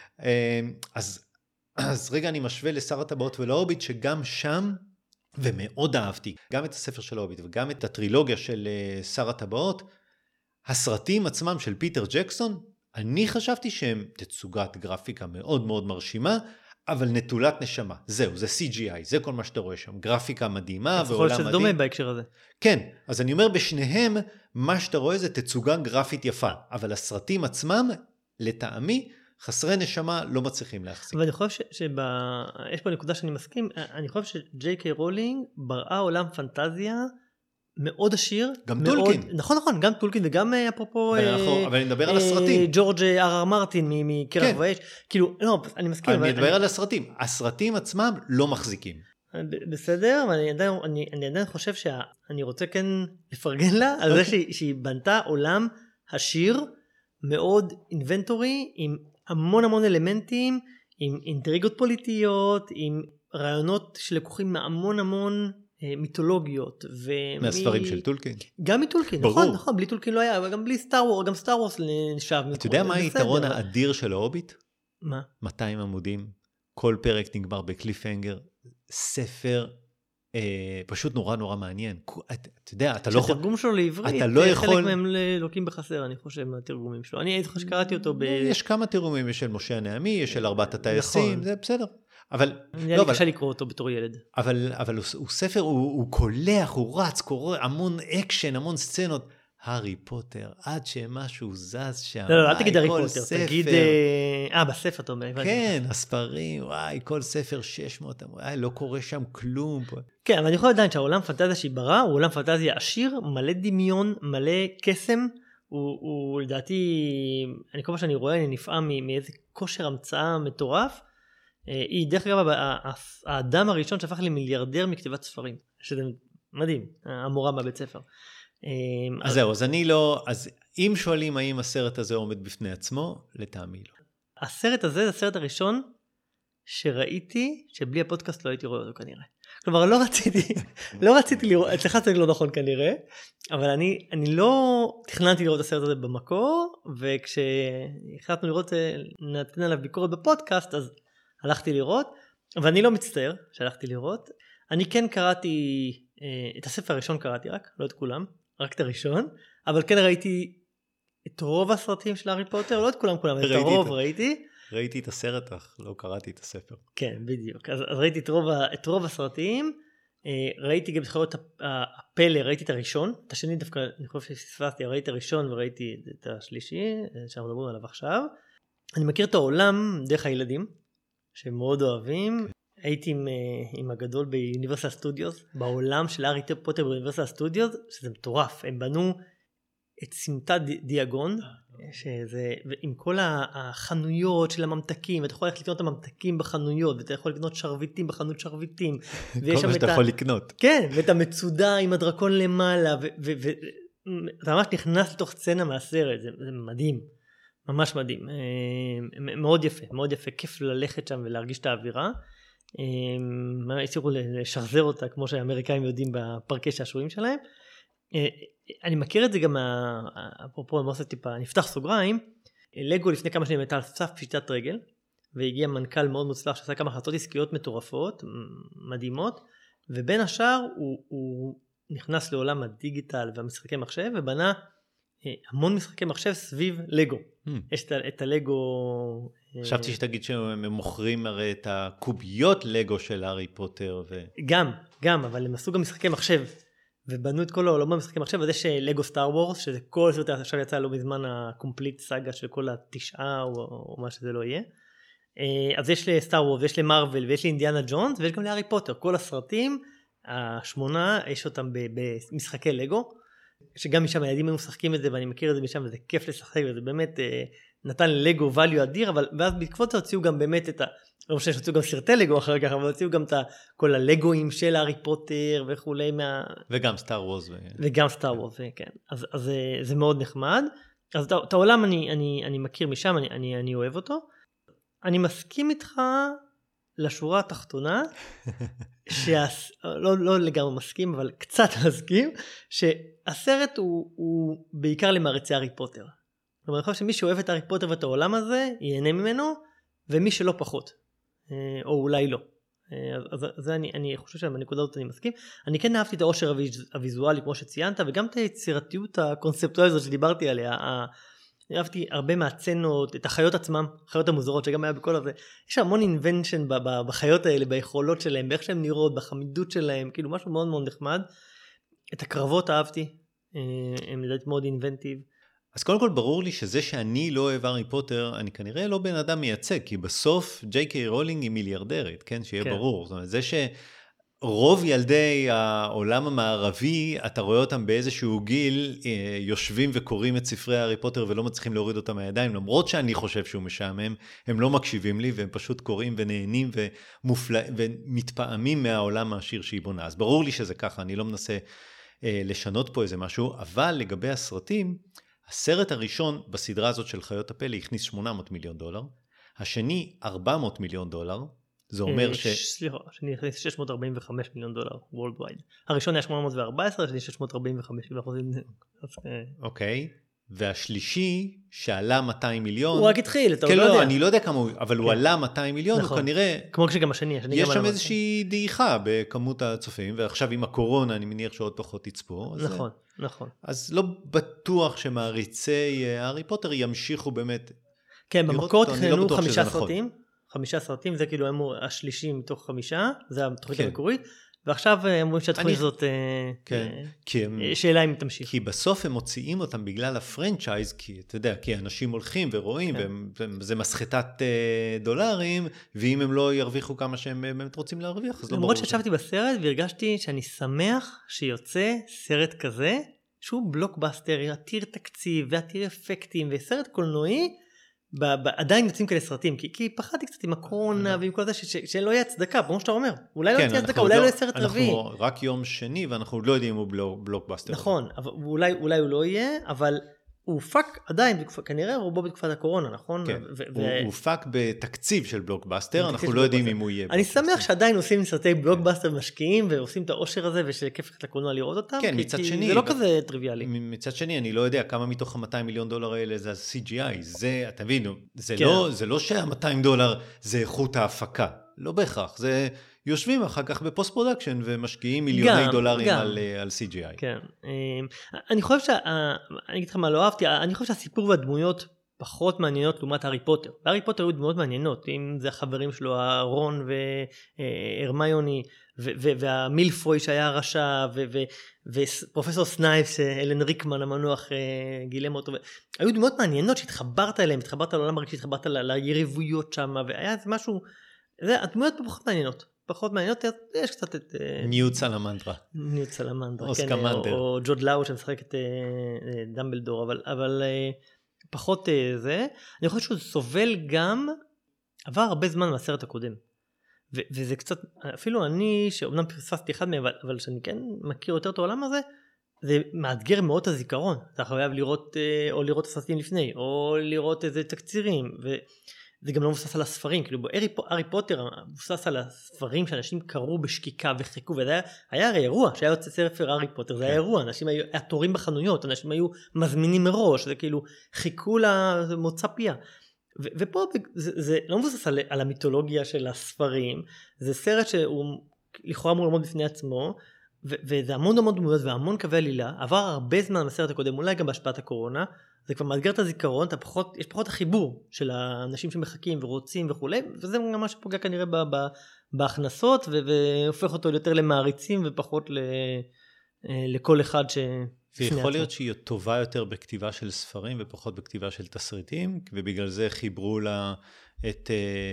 אז, אז רגע אני משווה לשר הטבעות ולהוביט שגם שם, ומאוד אהבתי, גם את הספר של ההוביט וגם את הטרילוגיה של שר הטבעות, הסרטים עצמם של פיטר ג'קסון, אני חשבתי שהם תצוגת גרפיקה מאוד מאוד מרשימה, אבל נטולת נשמה. זהו, זה סי ג'י איי, זה כל מה שאתה רואה שם. גרפיקה מדהימה ועולם מדהים. יכול שזה דומה בהקשר הזה. כן, אז אני אומר בשניהם, מה שאתה רואה זה תצוגה גרפית יפה, אבל הסרטים עצמם, לטעמי, חסרי נשמה לא מצליחים להחזיק. ואני חושב שיש פה נקודה שאני מסכים, אני חושב שג'יי קיי רולינג בראה עולם פנטזיה מאוד עשיר. גם מאוד, טולקין. נכון, נכון, גם טולקין וגם אפרופו... אבל אני מדבר על הסרטים. ג'ורג' אר אר מרטין מקרח כן. ואש. כאילו, לא, אני מסכים. אני מדבר אני... על הסרטים. הסרטים עצמם לא מחזיקים. בסדר, אבל אני עדיין, אני, אני עדיין חושב שאני רוצה כן לפרגן לה על זה שהיא, שהיא בנתה עולם עשיר, מאוד אינבנטורי, עם המון המון אלמנטים, עם אינטריגות פוליטיות, עם רעיונות שלקוחים מהמון המון מיתולוגיות. מהספרים של טולקין. גם מטולקין, נכון, נכון, בלי טולקין לא היה, וגם בלי סטאר וורס, גם סטאר וורס נשאב. אתה יודע מה היתרון האדיר של ההוביט? מה? מאתיים עמודים, כל פרק נגמר בקליפהנגר, ספר אה, פשוט נורא נורא מעניין. אתה, אתה יודע, אתה לא יכול... שהתרגום שלו לעברית, אתה לא יכול... חלק מהם לוקים בחסר, אני חושב, מהתרגומים שלו. אני הייתי חושב שקראתי אותו ב... יש כמה תרגומים, יש של משה הנעמי, יש של ארבעת הטייסים, נכון. זה בסדר. אבל... היה לי קשה לקרוא אותו בתור ילד. אבל, אבל הוא, הוא ספר, הוא, הוא קולח, הוא רץ, קורא המון אקשן, המון סצנות. הארי פוטר, עד שמשהו זז שם. לא, לא, אל תגיד הארי פוטר, תגיד... אה, בספר אתה אומר. כן, הספרים, וואי, כל ספר שש מאות, וואי, לא קורה שם כלום. כן, אבל אני יכול לדעת שהעולם פנטזיה שהיא ברא, הוא עולם פנטזיה עשיר, מלא דמיון, מלא קסם, הוא לדעתי, אני כל מה שאני רואה, אני נפעם מאיזה כושר המצאה מטורף. היא דרך אגב, האדם הראשון שהפך למיליארדר מכתיבת ספרים, שזה מדהים, המורה מהבית ספר. אז זהו, אז אני לא, אז אם שואלים האם הסרט הזה עומד בפני עצמו, לטעמי לא. הסרט הזה זה הסרט הראשון שראיתי, שבלי הפודקאסט לא הייתי רואה אותו כנראה. כלומר, לא רציתי, לא רציתי לראות, אצלך זה לא נכון כנראה, אבל אני, אני לא תכננתי לראות את הסרט הזה במקור, וכשהחלטנו לראות, נתן עליו ביקורת בפודקאסט, אז הלכתי לראות, אבל אני לא מצטער שהלכתי לראות. אני כן קראתי, את הספר הראשון קראתי רק, לא את כולם, רק את הראשון, אבל כן ראיתי את רוב הסרטים של הארי פוטר, לא את כולם כולם, את הרוב ראיתי. ראיתי את הסרט, אך לא קראתי את הספר. כן, בדיוק. אז, אז ראיתי את רוב, את רוב הסרטים, ראיתי גם את חיות הפלא, ראיתי את הראשון, את השני דווקא, אני חושב שפספסתי, ראיתי את הראשון וראיתי את השלישי, שאנחנו מדברים עליו עכשיו. אני מכיר את העולם דרך הילדים, שהם מאוד אוהבים. הייתי עם, עם הגדול באוניברסיטת סטודיוס, בעולם של הארי פוטר באוניברסיטת סטודיוס, שזה מטורף. הם בנו את סמטת דיאגון, שזה, עם כל החנויות של הממתקים, ואתה יכול לקנות את הממתקים בחנויות, ואתה יכול לקנות שרביטים בחנות שרביטים. כל מה שאתה יכול לקנות. כן, ואת המצודה עם הדרקון למעלה, ואתה ממש נכנס לתוך סצנה מהסרט, זה, זה מדהים, ממש מדהים. מאוד יפה, מאוד יפה, כיף ללכת שם ולהרגיש את האווירה. הצליחו לשחזר אותה כמו שהאמריקאים יודעים בפארקי שעשועים שלהם. אני מכיר את זה גם, אפרופו אני עושה טיפה, נפתח סוגריים, לגו לפני כמה שנים הייתה על סף פשיטת רגל, והגיע מנכ"ל מאוד מוצלח שעשה כמה החלטות עסקיות מטורפות, מדהימות, ובין השאר הוא, הוא נכנס לעולם הדיגיטל והמשחקי מחשב, ובנה המון משחקי מחשב סביב לגו. Hmm. יש את, את הלגו... חשבתי שתגיד שהם מוכרים הרי את הקוביות לגו של הארי פוטר. ו... גם, גם, אבל הם עשו גם משחקי מחשב, ובנו את כל העולם במשחקי מחשב, אז יש לגו סטאר וורס, שזה כל סרט, עכשיו יצא לא מזמן הקומפליט סאגה של כל התשעה, או, או מה שזה לא יהיה. אז יש לסטאר וורס, ויש למרוול, ויש לאינדיאנה ג'ונס, ויש גם להארי פוטר. כל הסרטים, השמונה, יש אותם במשחקי לגו, שגם משם הילדים היו משחקים את זה, ואני מכיר את זה משם, וזה כיף לשחק, וזה באמת אה, נתן לגו value אדיר, אבל ואז בעקבות זה הוציאו גם באמת את ה... לא חושב שהוציאו גם סרטי לגו אחר כך, אבל הוציאו גם את כל הלגואים של הארי פוטר וכולי מה... וגם סטאר וורס. ו... וגם סטאר וורס, כן. אז, אז זה, זה מאוד נחמד. אז את, את העולם אני, אני, אני מכיר משם, אני, אני, אני אוהב אותו. אני מסכים איתך לשורה התחתונה, שהס... לא, לא לגמרי מסכים, אבל קצת מסכים, שהסרט הוא, הוא בעיקר למעריצי הארי פוטר. כלומר, אני חושב שמי שאוהב את הארי פוטר ואת העולם הזה, ייהנה ממנו, ומי שלא פחות, או אולי לא. אז זה אני, אני חושב שבנקודה הזאת אני מסכים. אני כן אהבתי את העושר הוויזואלי, כמו שציינת, וגם את היצירתיות הקונספטואלית הזאת שדיברתי עליה, אהבתי הרבה מהצנות, את החיות עצמם, החיות המוזרות שגם היה בכל הזה. יש המון אינבנשן בחיות האלה, ביכולות שלהם, באיך שהן נראות, בחמידות שלהם, כאילו משהו מאוד מאוד נחמד. את הקרבות אהבתי, הם לדעת מאוד אינבנטיב. אז קודם כל ברור לי שזה שאני לא אוהב הארי פוטר, אני כנראה לא בן אדם מייצג, כי בסוף ג'יי קיי רולינג היא מיליארדרית, כן? שיהיה כן. ברור. זאת אומרת, זה שרוב ילדי העולם המערבי, אתה רואה אותם באיזשהו גיל, יושבים וקוראים את ספרי הארי פוטר ולא מצליחים להוריד אותם מהידיים, למרות שאני חושב שהוא משעמם, הם לא מקשיבים לי, והם פשוט קוראים ונהנים ומופלא, ומתפעמים מהעולם העשיר שהיא בונה. אז ברור לי שזה ככה, אני לא מנסה לשנות פה איזה משהו, אבל לגבי הסרטים, הסרט הראשון בסדרה הזאת של חיות הפלא הכניס שמונה מאות מיליון דולר, השני ארבע מאות מיליון דולר, זה אומר ש... סליחה, השני הכניס שש מאות ארבעים וחמש מיליון דולר, worldwide. הראשון היה שמונה מאות וארבע עשרה, השני שש מאות ארבעים וחמש. אוקיי, והשלישי שעלה מאתיים מיליון. הוא רק התחיל, אתה לא יודע. כן, לא, אני לא יודע כמה הוא, אבל הוא עלה מאתיים מיליון, הוא כנראה... כמו שגם השני. יש שם איזושהי דעיכה בכמות הצופים, ועכשיו עם הקורונה אני מניח שעוד פחות יצפו. נכון, נכון. אז לא בטוח שמעריצי הארי פוטר ימשיכו באמת... כן, במקור תכננו חמישה סרטים, חמישה סרטים, זה כאילו אמור השלישי מתוך חמישה, זה התוכנית המקורית, ועכשיו אומרים שהתוכנית הזאת, שאלה אם תמשיך. כי בסוף הם מוציאים אותם בגלל הפרנצ'ייז, כי אתה יודע, כי אנשים הולכים ורואים, וזה מסחטת דולרים, ואם הם לא ירוויחו כמה שהם באמת רוצים להרוויח, אז לא ברור. למרות שישבתי בסרט והרגשתי שאני שמח שיוצא סרט כזה, שהוא בלוקבאסטר, עתיר תקציב ועתיר אפקטים, וסרט קולנועי, עדיין יוצאים כאלה סרטים, כי פחדתי קצת עם הקורונה ועם כל זה, שלא יהיה הצדקה, כמו שאתה אומר, אולי לא יהיה הצדקה, אולי לא יהיה סרט רביעי. אנחנו רק יום שני, ואנחנו לא יודעים אם הוא בלוקבאסטר. נכון, אולי הוא לא יהיה, אבל הוא הופק עדיין, כנראה רובו בתקופת הקורונה, נכון? כן, הוא הופק בתקציב של בלוקבאסטר, אנחנו לא יודעים אם הוא יהיה. אני שמח שעדיין עושים סרטי בלוקבאסטר משקיעים, ועושים את העושר הזה, ושכיף לך לקולנוע לראות אותם, כי זה לא כזה טריוויאלי. מצד שני, אני לא יודע כמה מתוך ה-מאתיים מיליון דולר האלה זה ה-סי ג'י איי, זה, אתה מבין, זה לא שה-מאתיים דולר זה איכות ההפקה, לא בהכרח, זה... יושבים אחר כך בפוסט פרודקשן ומשקיעים מיליוני גם, דולרים גם. על, על סי ג'י איי. כן. אני חושב שה... אני אגיד לך מה לא אהבתי, אני חושב שהסיפור והדמויות פחות מעניינות לעומת הארי פוטר. הארי פוטר היו דמויות מעניינות, אם זה החברים שלו, רון והרמיוני, והמילפוי שהיה הרשע, ופרופסור סנייפס, אלן ריקמן המנוח גילם אותו, היו דמויות מעניינות שהתחברת אליהם, התחברת לעולם הרגשי, התחברת ליריבויות שם, והיה איזה משהו, זה, הדמויות פחות מעניינות. פחות מעניינות, יש קצת את... ניוט סלמנדרה. ניוט סלמנדרה, כן. או ג'וד לאו שמשחק את דמבלדור, אבל, אבל פחות זה. אני חושב שהוא סובל גם, עבר הרבה זמן מהסרט הקודם. ו- וזה קצת, אפילו אני, שאומנם פרססתי אחד מהם, אבל, אבל שאני כן מכיר יותר את העולם הזה, זה מאתגר מאוד את הזיכרון. אתה חייב לראות, או לראות הסרטים לפני, או לראות איזה תקצירים, ו... זה גם לא מבוסס על הספרים, כאילו הארי פוטר מבוסס על הספרים שאנשים קראו בשקיקה וחיכו, וזה היה, היה הרי אירוע שהיה יוצא ספר הארי פוטר, זה היה אירוע, אנשים היו, היה תורים בחנויות, אנשים היו מזמינים מראש, זה כאילו חיכו למוצא פיה, ו, ופה זה, זה לא מבוסס על, על המיתולוגיה של הספרים, זה סרט שהוא לכאורה אמור לעמוד בפני עצמו, ו, וזה המון המון דמויות והמון קווי עלילה, עבר הרבה זמן בסרט הקודם, אולי גם בהשפעת הקורונה, זה כבר מאתגר את הזיכרון, אתה פחות, יש פחות החיבור של האנשים שמחכים ורוצים וכו', וזה גם מה שפוגע כנראה ב, ב, בהכנסות, ו, והופך אותו יותר למעריצים ופחות ל, לכל אחד ש... ויכול להיות שהיא טובה יותר בכתיבה של ספרים ופחות בכתיבה של תסריטים, ובגלל זה חיברו לה את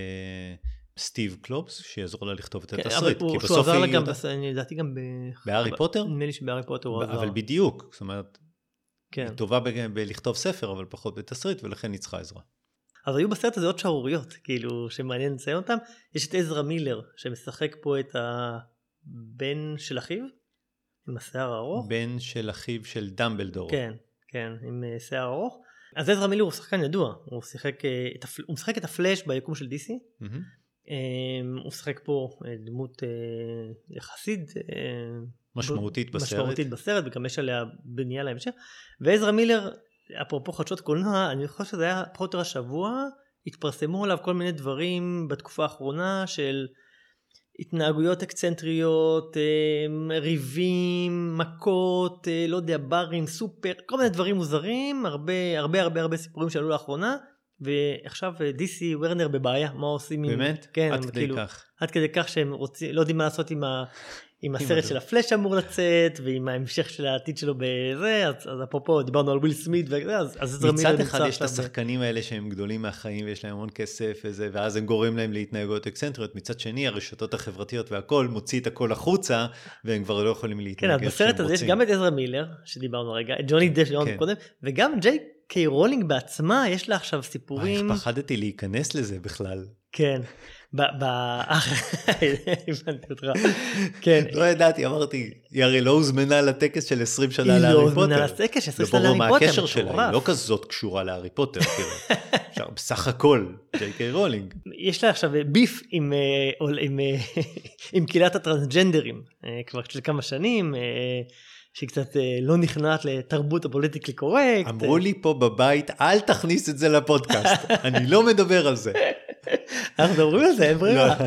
סטיב קלובס, שיעזור לה לכתוב את התסריט. אבל הוא עזר לה גם, אני לדעתי גם בהארי פוטר? נדמה לי שבהארי פוטר הוא עזר. אבל בדיוק, זאת אומרת, כן. היא טובה ב- בלכתוב ספר, אבל פחות בתסריט, ולכן היא צריכה עזרה. אז היו בסרט הזה עוד שערוריות, כאילו, שמעניין לציין אותם. יש את עזרא מילר, שמשחק פה את הבן של אחיו, עם השיער הארוך. בן של אחיו של דמבלדור. כן, כן, עם שיער ארוך. אז עזרא מילר הוא שחקן ידוע, הוא משחק את, הפל... הוא משחק את הפלאש ביקום של די סי. Mm-hmm. הוא משחק פה דמות יחסית... משמעותית בסרט. משמעותית בסרט, וגם יש עליה בנייה להמשך. ועזרא מילר, אפרופו חדשות קולנוע, אני חושב שזה היה פחות או יותר השבוע, התפרסמו עליו כל מיני דברים בתקופה האחרונה של התנהגויות אקצנטריות, ריבים, מכות, לא יודע, ברים, סופר, כל מיני דברים מוזרים, הרבה הרבה הרבה הרבה סיפורים שעלו לאחרונה, ועכשיו די סי ורנר בבעיה, מה עושים עם... באמת? כן, עד כדי כאילו, כך. עד כדי כך שהם רוצים, לא יודעים מה לעשות עם ה... עם הסרט של הפלאש אמור לצאת, ועם ההמשך של העתיד שלו בזה, אז, אז אפרופו דיברנו על וויל סמית, וזה, אז, אז מצד אחד יש את השחקנים האלה שהם גדולים מהחיים, ויש להם המון כסף וזה, ואז הם גורם להם להתנהגות אקסנטריות, מצד שני הרשתות החברתיות והכל מוציא את הכל החוצה, והם כבר לא יכולים להתנהג. כן, אז בסרט הזה יש גם את עזרא מילר, שדיברנו רגע, את ג'וני דף שדיברנו כן. קודם, וגם ג'יי קיי רולינג בעצמה, יש לה עכשיו סיפורים... איך פחדתי להיכנס לזה בכלל. כן. ב... ב... הבנתי אותך. כן. לא ידעתי, אמרתי, היא הרי לא הוזמנה לטקס של עשרים שנה להארי פוטר. היא לא הוזמנה לטקס של עשרים שנה להארי פוטר. לא ברור מה הקשר שלה, היא לא כזאת קשורה להארי פוטר. אפשר בסך הכל, ג'יי קיי רולינג. יש לה עכשיו ביף עם קהילת הטרנסג'נדרים, כבר של כמה שנים, שהיא קצת לא נכנעת לתרבות הפוליטיקלי קורקט. אמרו לי פה בבית, אל תכניס את זה לפודקאסט, אני לא מדבר על זה. אנחנו מדברים על זה, אין ברירה.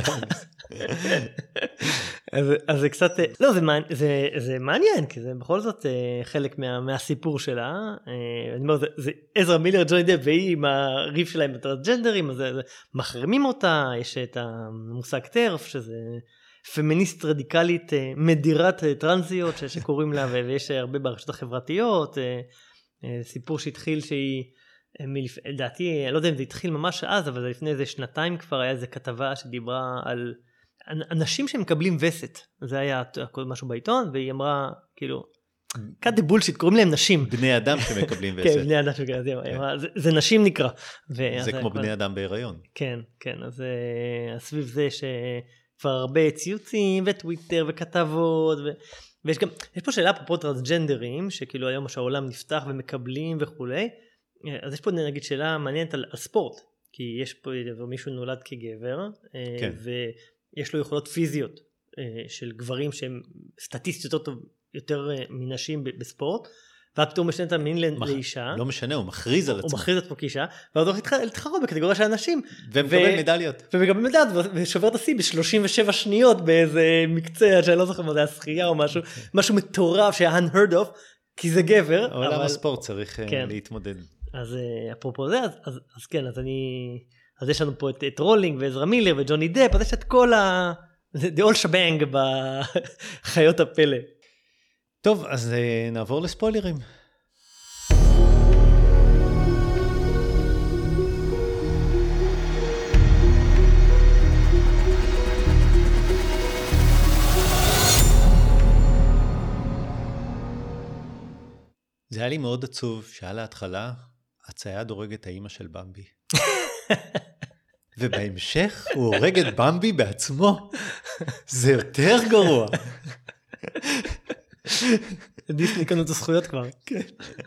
אז זה קצת, לא, זה מעניין, כי זה בכל זאת חלק מהסיפור שלה. אני אומר, זה עזרא מילר, ג'וני דפ, והיא עם הריב שלהם בטרנסג'נדרים, אז מחרימים אותה, יש את המושג טרף, שזה... פמיניסט רדיקלית, מדירת טרנסיות שקוראים לה, ויש הרבה ברשתות החברתיות, סיפור שהתחיל שהיא, לדעתי, אני לא יודע אם זה התחיל ממש אז, אבל לפני איזה שנתיים כבר היה איזה כתבה שדיברה על אנשים שמקבלים וסת, זה היה משהו בעיתון, והיא אמרה, כאילו, cut the bullshit, קוראים להם נשים. בני אדם שמקבלים וסת. כן, בני אדם שמקבלים וסת, זה נשים נקרא. זה כמו בני אדם בהיריון. כן, כן, אז סביב זה ש... כבר הרבה ציוצים וטוויטר וכתבות, ו... ויש גם, יש פה שאלה אפרופו טרנסג'נדרים, שכאילו היום שהעולם נפתח ומקבלים וכולי, אז יש פה נגיד שאלה מעניינת על, על ספורט, כי יש פה מישהו נולד כגבר, כן. ויש לו יכולות פיזיות של גברים שהם סטטיסטיות יותר, יותר מנשים בספורט, ואז פתאום משנה את המין מח... לאישה. לא משנה, הוא מכריז על עצמו. הוא מכריז על עצמו כאישה, ואז הוא הולך להתחרות בקטגוריה של אנשים. ומקבל ו... מדליות. ומקבל מדליות, ושובר את השיא ב-שלושים ושבע שניות באיזה מקצוע, שאני לא זוכר מה זה השחייה או משהו, משהו מטורף שהיה unheard of, כי זה גבר. עולם אבל... הספורט צריך כן. להתמודד. אז אפרופו זה, אז, אז, אז כן, אז אני, אז יש לנו פה את, את רולינג ועזרא מילר וג'וני דפ, אז יש את כל ה... the all shebang בחיות הפלא. טוב, אז נעבור לספוילרים. זה היה לי מאוד עצוב שהיה להתחלה, הצייד הורג את האמא של במבי. ובהמשך הוא הורג את במבי בעצמו. זה יותר גרוע. דיסני קנו את הזכויות כבר. כן.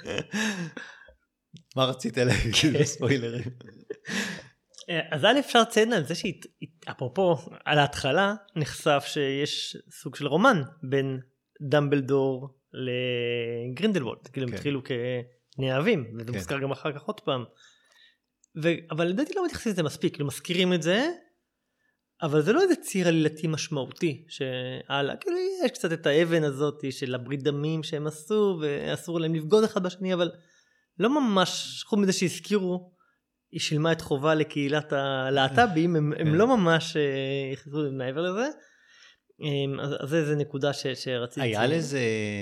מה רצית להגיד בספוילרים? אז היה אפשר לציין על זה שאפרופו על ההתחלה נחשף שיש סוג של רומן בין דמבלדור לגרינדלוולד, כאילו הם התחילו כנאהבים, וזה מוזכר גם אחר כך עוד פעם. אבל לדעתי לא מתייחסים לזה מספיק, כאילו מזכירים את זה, אבל זה לא איזה ציר עלילתי משמעותי, שהלאה, כאילו יש קצת את האבן הזאת של הברית דמים שהם עשו, ואסור להם לבגוד אחד בשני, אבל לא ממש, חוץ מזה שהזכירו, היא שילמה את חובה לקהילת הלהט"בים, הם, הם לא ממש יחזרו מעבר לזה, אז, אז זה איזה נקודה ש, שרציתי. היה לזה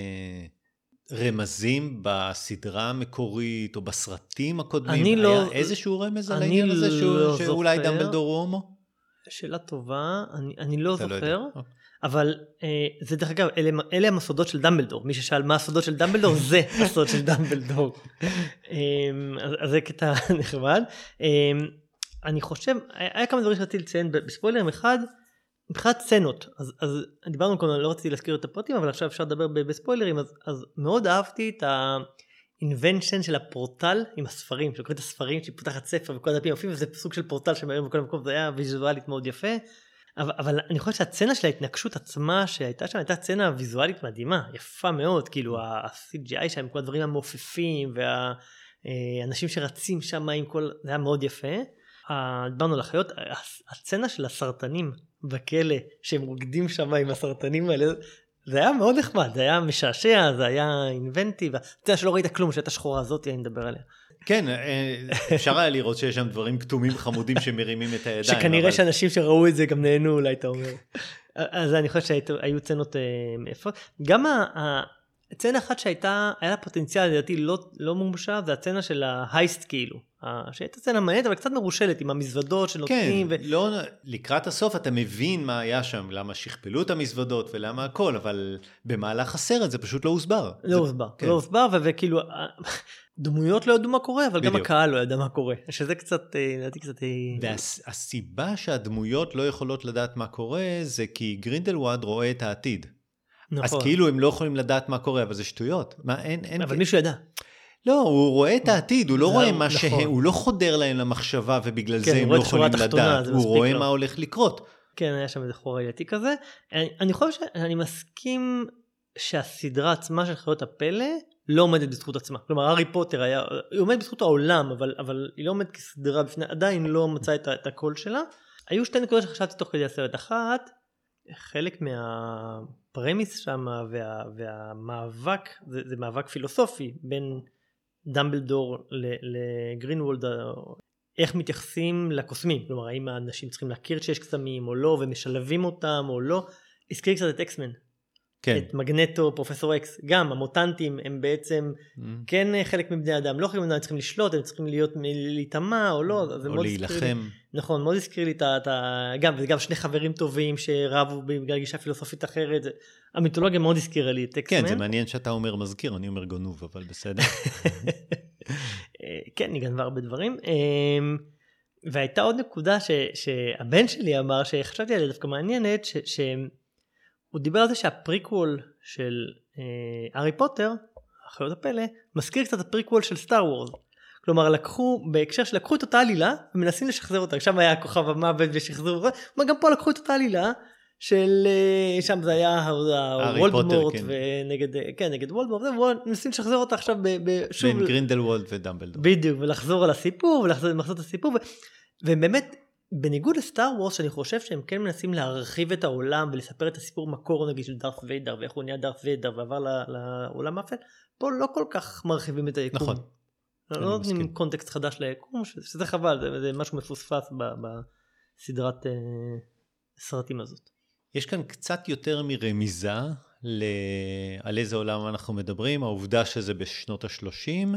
רמזים בסדרה המקורית, או בסרטים הקודמים? היה לא, איזשהו רמז על העניין הזה, לא שאולי זוכר. דמבלדור הוא הומו? שאלה טובה, אני, אני לא זוכר, לא אבל אה, זה דרך אגב, אלה, אלה המסודות של דמבלדור, מי ששאל מה הסודות של דמבלדור, זה הסוד של דמבלדור. אה, אז, אז זה קטע נחמד. אה, אני חושב, היה כמה דברים שרציתי לציין בספוילרים, אחד, מבחינת סצנות, אז, אז דיברנו כאן, לא רציתי להזכיר את הפרטים, אבל עכשיו אפשר לדבר בספוילרים, אז, אז מאוד אהבתי את ה-invention של הפורטל עם הספרים, שקוראים את הספרים, שהיא פותחת ספר וכל הדפים יפים, וזה סוג של פורטל שמראים בכל המקום, זה היה ויזואלית מאוד יפה, אבל, אבל אני חושב שהצצנה של ההתנגשות עצמה שהייתה שם, הייתה צצנה ויזואלית מדהימה, יפה מאוד, כאילו ה-סי ג'י איי שם, עם כל הדברים המעופפים, והאנשים שרצים שם עם כל, זה היה מאוד יפה, דיברנו על החיות, הצצנה של הסרטנים בכלא, שהם רוקדים שם עם הסרטנים האלה, זה היה מאוד נחמד, זה היה משעשע, זה היה אינבנטי, ואתה יודע שלא ראית כלום, שהייתה שחורה הזאת, אני מדבר עליה. כן, אפשר היה לראות שיש שם דברים כתומים חמודים שמרימים את הידיים. שכנראה אבל... שאנשים שראו את זה גם נהנו, אולי אתה אומר. אז אני חושב שהיו צנות מאיפה. גם הצנה אחת שהייתה, היה לה פוטנציאל, לדעתי לא, לא מומשה, זה הצנה של ההייסט כאילו. שהייתה צנה מעניינת, אבל קצת מרושלת, עם המזוודות שנותנים. כן, ו... לא, לקראת הסוף אתה מבין מה היה שם, למה שכפלו את המזוודות ולמה הכל, אבל במהלך הסרט זה פשוט לא הוסבר. לא הוסבר, לא הוסבר, וכאילו... דמויות לא ידעו מה קורה, אבל גם הקהל לא ידע מה קורה. שזה קצת, לדעתי קצת... והסיבה שהדמויות לא יכולות לדעת מה קורה, זה כי גרינדלוולד רואה את העתיד. נכון. אז כאילו הם לא יכולים לדעת מה קורה, אבל זה שטויות. מה, אין, אין... אבל מישהו ידע. לא, הוא רואה את העתיד, הוא לא רואה מה שהם, הוא לא חודר להם למחשבה, ובגלל זה הם לא יכולים לדעת. הוא רואה מה הולך לקרות. כן, היה שם איזה חור עלייתי כזה. אני חושב שאני מסכים שהסדרה עצמה של חיות הפלא, לא עומדת בזכות עצמה. כלומר, הארי פוטר היה, היא עומדת בזכות העולם, אבל, אבל היא לא עומדת כסדרה בפני, עדיין לא מצאה את, את הקול שלה. היו שתי נקודות שחשבתי תוך כדי הסרט. אחת, חלק מהפרמיס שם, וה, והמאבק, זה, זה מאבק פילוסופי, בין דמבלדור לגרינוולד, איך מתייחסים לקוסמים. כלומר, האם האנשים צריכים להכיר שיש קסמים או לא, ומשלבים אותם או לא. הזכיר קצת את אקסמן. כן. את מגנטו, פרופסור אקס, גם המוטנטים הם בעצם mm. כן חלק מבני אדם, לא חלק מבני אדם צריכים לשלוט, הם צריכים להיות להתאמה או לא, או להילחם. נכון, מאוד הזכיר לי את ה... גם, וגם שני חברים טובים שרבו בגלל גישה פילוסופית אחרת, המיתולוגיה מאוד הזכירה לי את אקסמן. כן, זה מעניין שאתה אומר מזכיר, אני אומר גונוב, אבל בסדר. כן, ניגן הרבה דברים. והייתה עוד נקודה ש... שהבן שלי אמר, שחשבתי עליה דווקא מעניינת, ש... ש... הוא דיבר על זה שהפריקוול של אה, הארי פוטר, החיות הפלא, מזכיר קצת הפריקוול של סטאר וורס. כלומר, לקחו, בהקשר שלקחו את אותה עלילה, ומנסים לשחזר אותה. שם היה כוכב המוות ושחזרו, גם פה לקחו את אותה עלילה, של, אה, שם זה היה וולדמורט, כן. ונגד, כן, נגד וולדמורט, ומנסים לשחזר אותה עכשיו בשוב. בין גרינדלוולד ודמבלדור. בדיוק, ולחזור על הסיפור, ולחזור את הסיפור, ו, ובאמת, בניגוד לסטאר וורס, שאני חושב שהם כן מנסים להרחיב את העולם ולספר את הסיפור מקור נגיד של דארת ויידר ואיך הוא נהיה דארת ויידר ועבר לעולם האפל, פה לא כל כך מרחיבים את היקום. נכון. לא נותנים קונטקסט חדש ליקום, שזה חבל, זה, זה משהו מפוספס בסדרת uh, סרטים הזאת. יש כאן קצת יותר מרמיזה ל... על איזה עולם אנחנו מדברים, העובדה שזה בשנות ה-שלושים,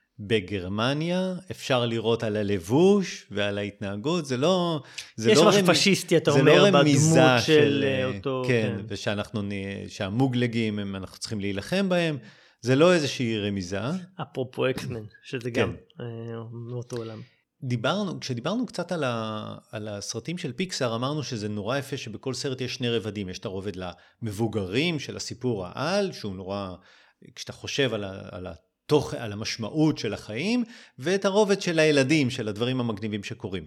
בגרמניה, אפשר לראות על הלבוש ועל ההתנהגות, זה לא... זה יש לא משהו רמ... פשיסטי, אתה זה אומר, לא בדמות רמיזה של, של אותו... כן, כן. ושאנחנו, שהמוגלגים, הם, אנחנו צריכים להילחם בהם, זה לא איזושהי רמיזה. אפרופו אקסמן, שזה כן. גם מאותו עולם. דיברנו, כשדיברנו קצת על, ה, על הסרטים של פיקסאר, אמרנו שזה נורא יפה שבכל סרט יש שני רבדים, יש את הרובד למבוגרים של הסיפור העל, שהוא נורא, כשאתה חושב על, ה, על, ה, תוך, על המשמעות של החיים, ואת הרובד של הילדים, של הדברים המגניבים שקורים.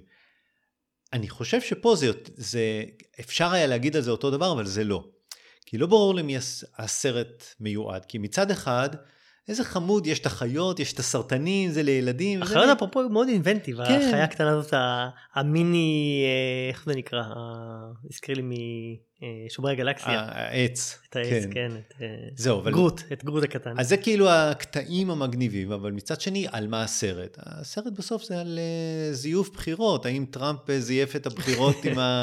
אני חושב שפה זה, זה, אפשר היה להגיד על זה אותו דבר, אבל זה לא. כי לא ברור למי הסרט מיועד, כי מצד אחד, איזה חמוד, יש את החיות, יש את הסרטנים, זה לילדים. החיות אפרופו הוא מאוד אינבנטיב, החיה הקטנה הזאת, המיני, איך זה נקרא, הזכיר לי משומרי הגלקסיה. העץ. את העץ, כן. זהו. גרוט, את גרוט הקטן. אז זה כאילו הקטעים המגניבים, אבל מצד שני, על מה הסרט? הסרט בסוף זה על זיוף בחירות, האם טראמפ זייף את הבחירות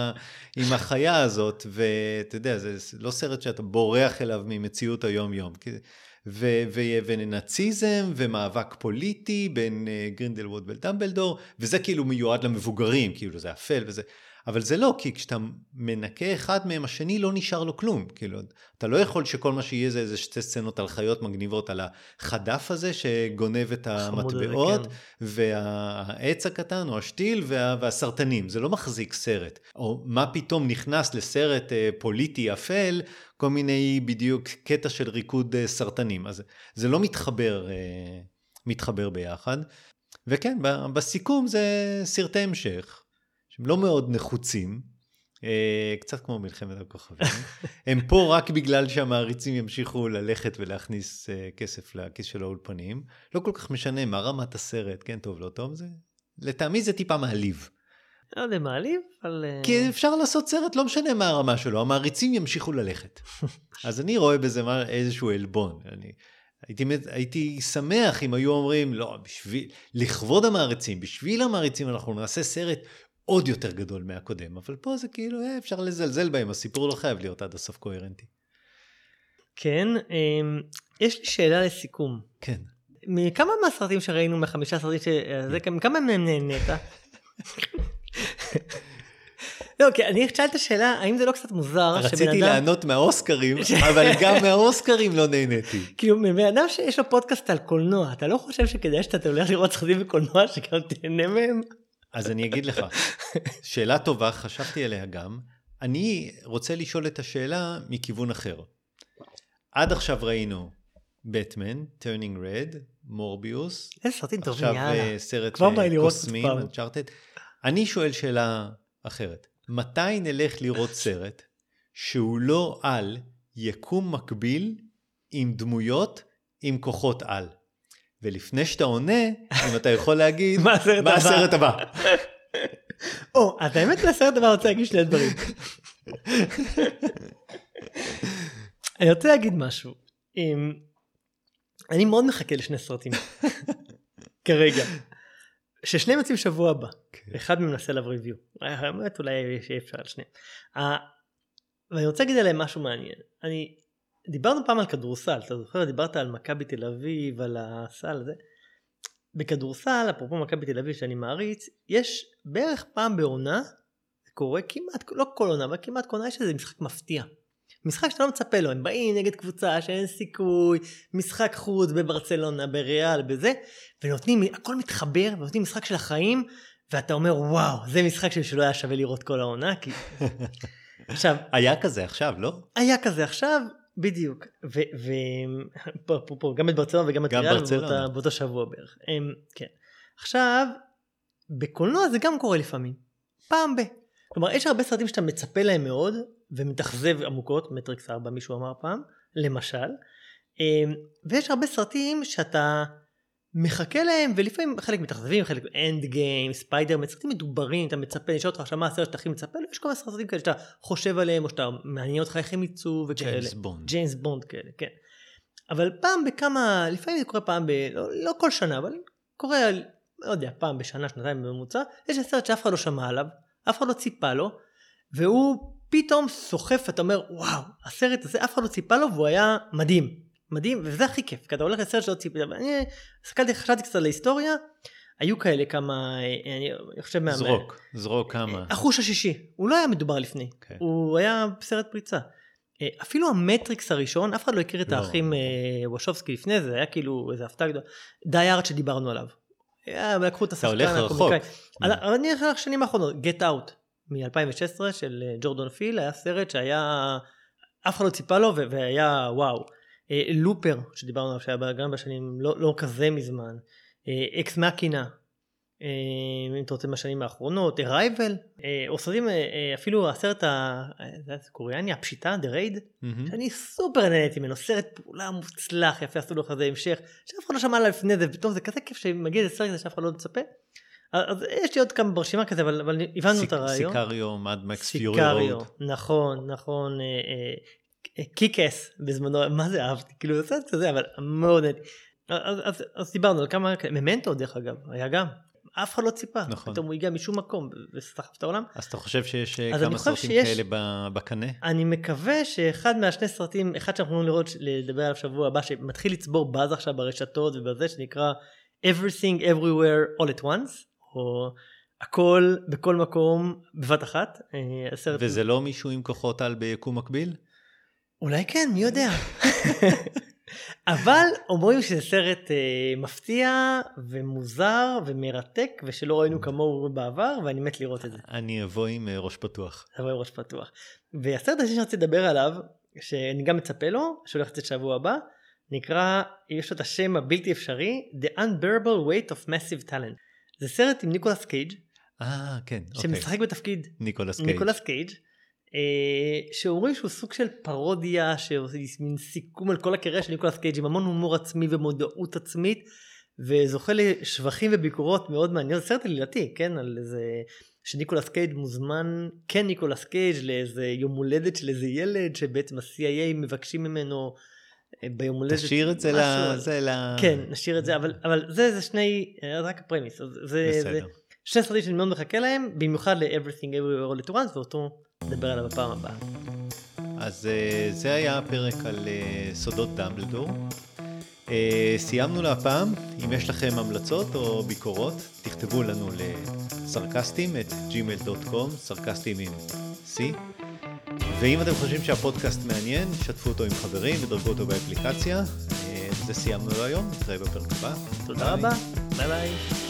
עם החיה הזאת, ואתה יודע, זה לא סרט שאתה בורח אליו ממציאות היום-יום, כי... ו- ו- ונאציזם ומאבק פוליטי בין uh, גרינדלוולד ודמבלדור, וזה כאילו מיועד למבוגרים, כאילו זה אפל וזה, אבל זה לא, כי כשאתה מנקה אחד מהם, השני לא נשאר לו כלום, כאילו, אתה לא יכול שכל מה שיהיה זה איזה שתי סצנות על חיות מגניבות, על החדף הזה שגונב את המטבעות, כן. והעץ הקטן או השתיל וה- והסרטנים, זה לא מחזיק סרט, או מה פתאום נכנס לסרט uh, פוליטי אפל, כל מיני בדיוק קטע של ריקוד uh, סרטנים, אז זה לא מתחבר, uh, מתחבר ביחד, וכן, ב- בסיכום זה סרטי המשך, שהם לא מאוד נחוצים, קצת כמו מלחמת הכוכבים, הם פה רק בגלל שהמעריצים ימשיכו ללכת ולהכניס כסף לכיס של האולפנים, לא כל כך משנה מה רמת הסרט, כן טוב לא טוב, זה, לטעמי זה טיפה מעליב, לא יודע, מעליב, אבל... כי אפשר לעשות סרט, לא משנה מה הרמה שלו, המעריצים ימשיכו ללכת. אז אני רואה בזה איזשהו אלבון. אני, הייתי, הייתי שמח אם היו אומרים, לא, בשביל, לכבוד המעריצים, בשביל המעריצים אנחנו נעשה סרט עוד יותר גדול מהקודם, אבל פה זה כאילו, אה, אפשר לזלזל בהם, הסיפור לא חייב להיות עד הסוף קוהרנטי. כן, יש לי שאלה לסיכום. כן. מכמה מהסרטים שראינו, מחמישה סרטים שזה, מכמה מהם נהנית? לא, כי אני שאלת השאלה, האם זה לא קצת מוזר רציתי לענות מהאוסקרים, אבל גם מהאוסקרים לא נהניתי. כאילו, מבן אדם שיש לו פודקאסט על קולנוע, אתה לא חושב שכדאי שאתה הולך לראות סרטים בקולנוע שגם תהנה מהם? אז אני אגיד לך, שאלה טובה, חשבתי עליה גם, אני רוצה לשאול את השאלה מכיוון אחר. עד עכשיו ראינו בטמן, Turning Red, מורביוס, איזה סרטים טובים, יאללה. עכשיו סרט קוסמים, Uncharted. אני שואל שאלה אחרת. מתי נלך לראות סרט שהוא לא על יקום מקביל עם דמויות עם כוחות על? ולפני שאתה עונה, אם אתה יכול להגיד, מה הסרט הבא? או, את האמת לסרט הבא רוצה להגיד שני דברים. אני רוצה להגיד משהו. אני מאוד מחכה לשני סרטים. כרגע. ששניהם יוצאים שבוע הבא. אחד מנסה עליו ריוויו. האמת אולי שאפשר על שניהם. ואני רוצה להגיד עליהם משהו מעניין. אני... דיברנו פעם על כדורסל, אתה זוכר? דיברת על מכבי תל אביב, על הסל הזה. בכדורסל, אפרופו מכבי תל אביב שאני מעריץ, יש בערך פעם בעונה, זה קורה כמעט, לא כל עונה, אבל כמעט כל עונה יש איזה משחק מפתיע. משחק שאתה לא מצפה לו, הם באים נגד קבוצה שאין סיכוי, משחק חוץ בברצלונה, בריאל, בזה, ונותנים, הכל מתחבר, ונותנים משחק של החיים, ואתה אומר, וואו, זה משחק שלא היה שווה לראות כל העונה, כי... עכשיו... היה כזה עכשיו, לא? היה כזה עכשיו, בדיוק, ופה, גם את ברצלונה וגם את ריאל, באותו שבוע בערך. כן. עכשיו, בקולנוע זה גם קורה לפעמים, פעם ב... כלומר, יש הרבה סרטים שאתה מצפה להם מאוד, ומתאכזב עמוקות, מטריקס ארבע, מישהו אמר פעם, למשל, ויש הרבה סרטים שאתה מחכה להם, ולפעמים חלק מתאכזבים, חלק אנד גיים, ספיידר, סרטים מדוברים, אתה מצפה, נשאר אותך עכשיו מה הסרט שאתה הכי מצפה, יש כל מיני סרטים כאלה שאתה חושב עליהם, או שאתה מעניין אותך איך הם יצאו, וכאלה. ג'יימס בונד. ג'יימס בונד כאלה, כן. אבל פעם בכמה, לפעמים זה קורה פעם ב... לא, לא כל שנה, אבל קורה, לא יודע, פעם בשנה, שנתיים בממוצע, יש סרט שאף אחד לא שמע עליו, אף אחד לא ציפה לו, והוא פתאום סוחף, אתה אומר, וואו, הסרט הזה אף אחד לא ציפה לו, והוא היה מדהים, מדהים, וזה הכי כיף, כי אתה הולך לסרט שלא ציפה, ואני סקלתי, חשבתי קצת להיסטוריה, היו כאלה כמה, אני חושב מה... זרוק, זרוק כמה. החוש השישי, הוא לא היה מדובר לפני, okay. הוא היה סרט פריצה. אפילו המטריקס הראשון, אף אחד לא הכיר את האחים וושובסקי לפני זה, היה כאילו איזה הפתעה גדולה, די ארט שדיברנו עליו. לקחו את השחקן. אתה הולך רחוק. אני הולך לשנים האחרונות, Get Out, מ-אלפיים ושש עשרה של ג'ורדון פיל, היה סרט שהיה, אף אחד לא ציפה לו, והיה וואו. לופר, שדיברנו עליו, שהיה גם בשנים, לא כזה מזמן. אקס מאקינה, אם אתה רוצה מהשנים האחרונות, Arrival, או סרטים, אפילו הסרט הקוריאני, הפשיטה, The Raid, שאני סופר נהניתי ממנו, סרט פעולה מוצלח, יפה, עשו לו כזה המשך, שאף אחד לא שמע עליו לפני זה, ופתאום זה כזה כיף שמגיע לסרט הזה שאף אחד לא מצפה. אז יש לי עוד כמה ברשימה כזה, אבל הבנו את הרעיון. סיקריו, מד מקס פיורי רוד. נכון, נכון, קיקס בזמנו, מה זה אהבתי, כאילו זה כזה, אבל מאוד נהניתי. אז דיברנו על כמה, ממנטו דרך אגב, היה גם. אף אחד לא ציפה, נכון. פתאום הוא הגיע משום מקום וסחף את העולם. אז אתה חושב שיש כמה סרטים שיש, כאלה בקנה? אני מקווה שאחד מהשני סרטים, אחד שאנחנו יכולים לראות, לדבר עליו שבוע הבא, שמתחיל לצבור באז עכשיו ברשתות ובזה, שנקרא Everything Everywhere All at Once, או הכל בכל מקום בבת אחת. וזה לא מישהו עם כוחות על ביקום מקביל? אולי כן, מי יודע. אבל אומרים שזה סרט אה, מפתיע ומוזר ומרתק ושלא ראינו כמוהו בעבר, ואני מת לראות את זה. אני אבוא עם אה, ראש פתוח. אבוא עם ראש פתוח. והסרט הזה שרציתי לדבר עליו, שאני גם מצפה לו, שהולך לצאת שבוע הבא, נקרא, יש לו את השם הבלתי אפשרי, The Unbearable Weight of Massive Talent. זה סרט עם ניקולס קייג'. אה, כן, אוקיי. שמשחק בתפקיד. ניקולס קייג'. ניקולס קייג'. שאומרים שהוא סוג של פרודיה, שמין סיכום על כל הקריירה של ניקולס קייג' עם המון הומור עצמי ומודעות עצמית, וזוכה לשבחים וביקורות מאוד מעניינות. זה סרט עלילתי, כן? על איזה שניקולס קייג' מוזמן, כן ניקולס קייג' לאיזה יום הולדת של איזה ילד, שבעצם ה-סי איי איי מבקשים ממנו ביום הולדת. תשאיר את זה ל... כן, נשאיר את זה, אבל זה, זה שני, רק הפרמיס. זה שני סרטים שאני מאוד מחכה להם, במיוחד ל-Everything Everywhere All at Once, ואותו נדבר עליו בפעם הבאה. אז זה היה הפרק על סודות דמבלדור. סיימנו להפעם. אם יש לכם המלצות או ביקורות, תכתבו לנו לסרקסטים את ג'ימייל דוט קום, סרקסטים עם C. ואם אתם חושבים שהפודקאסט מעניין, שתפו אותו עם חברים ודרגו אותו באפליקציה. זה סיימנו להיום, נתראה בפרק הבא. תודה רבה, ביי ביי.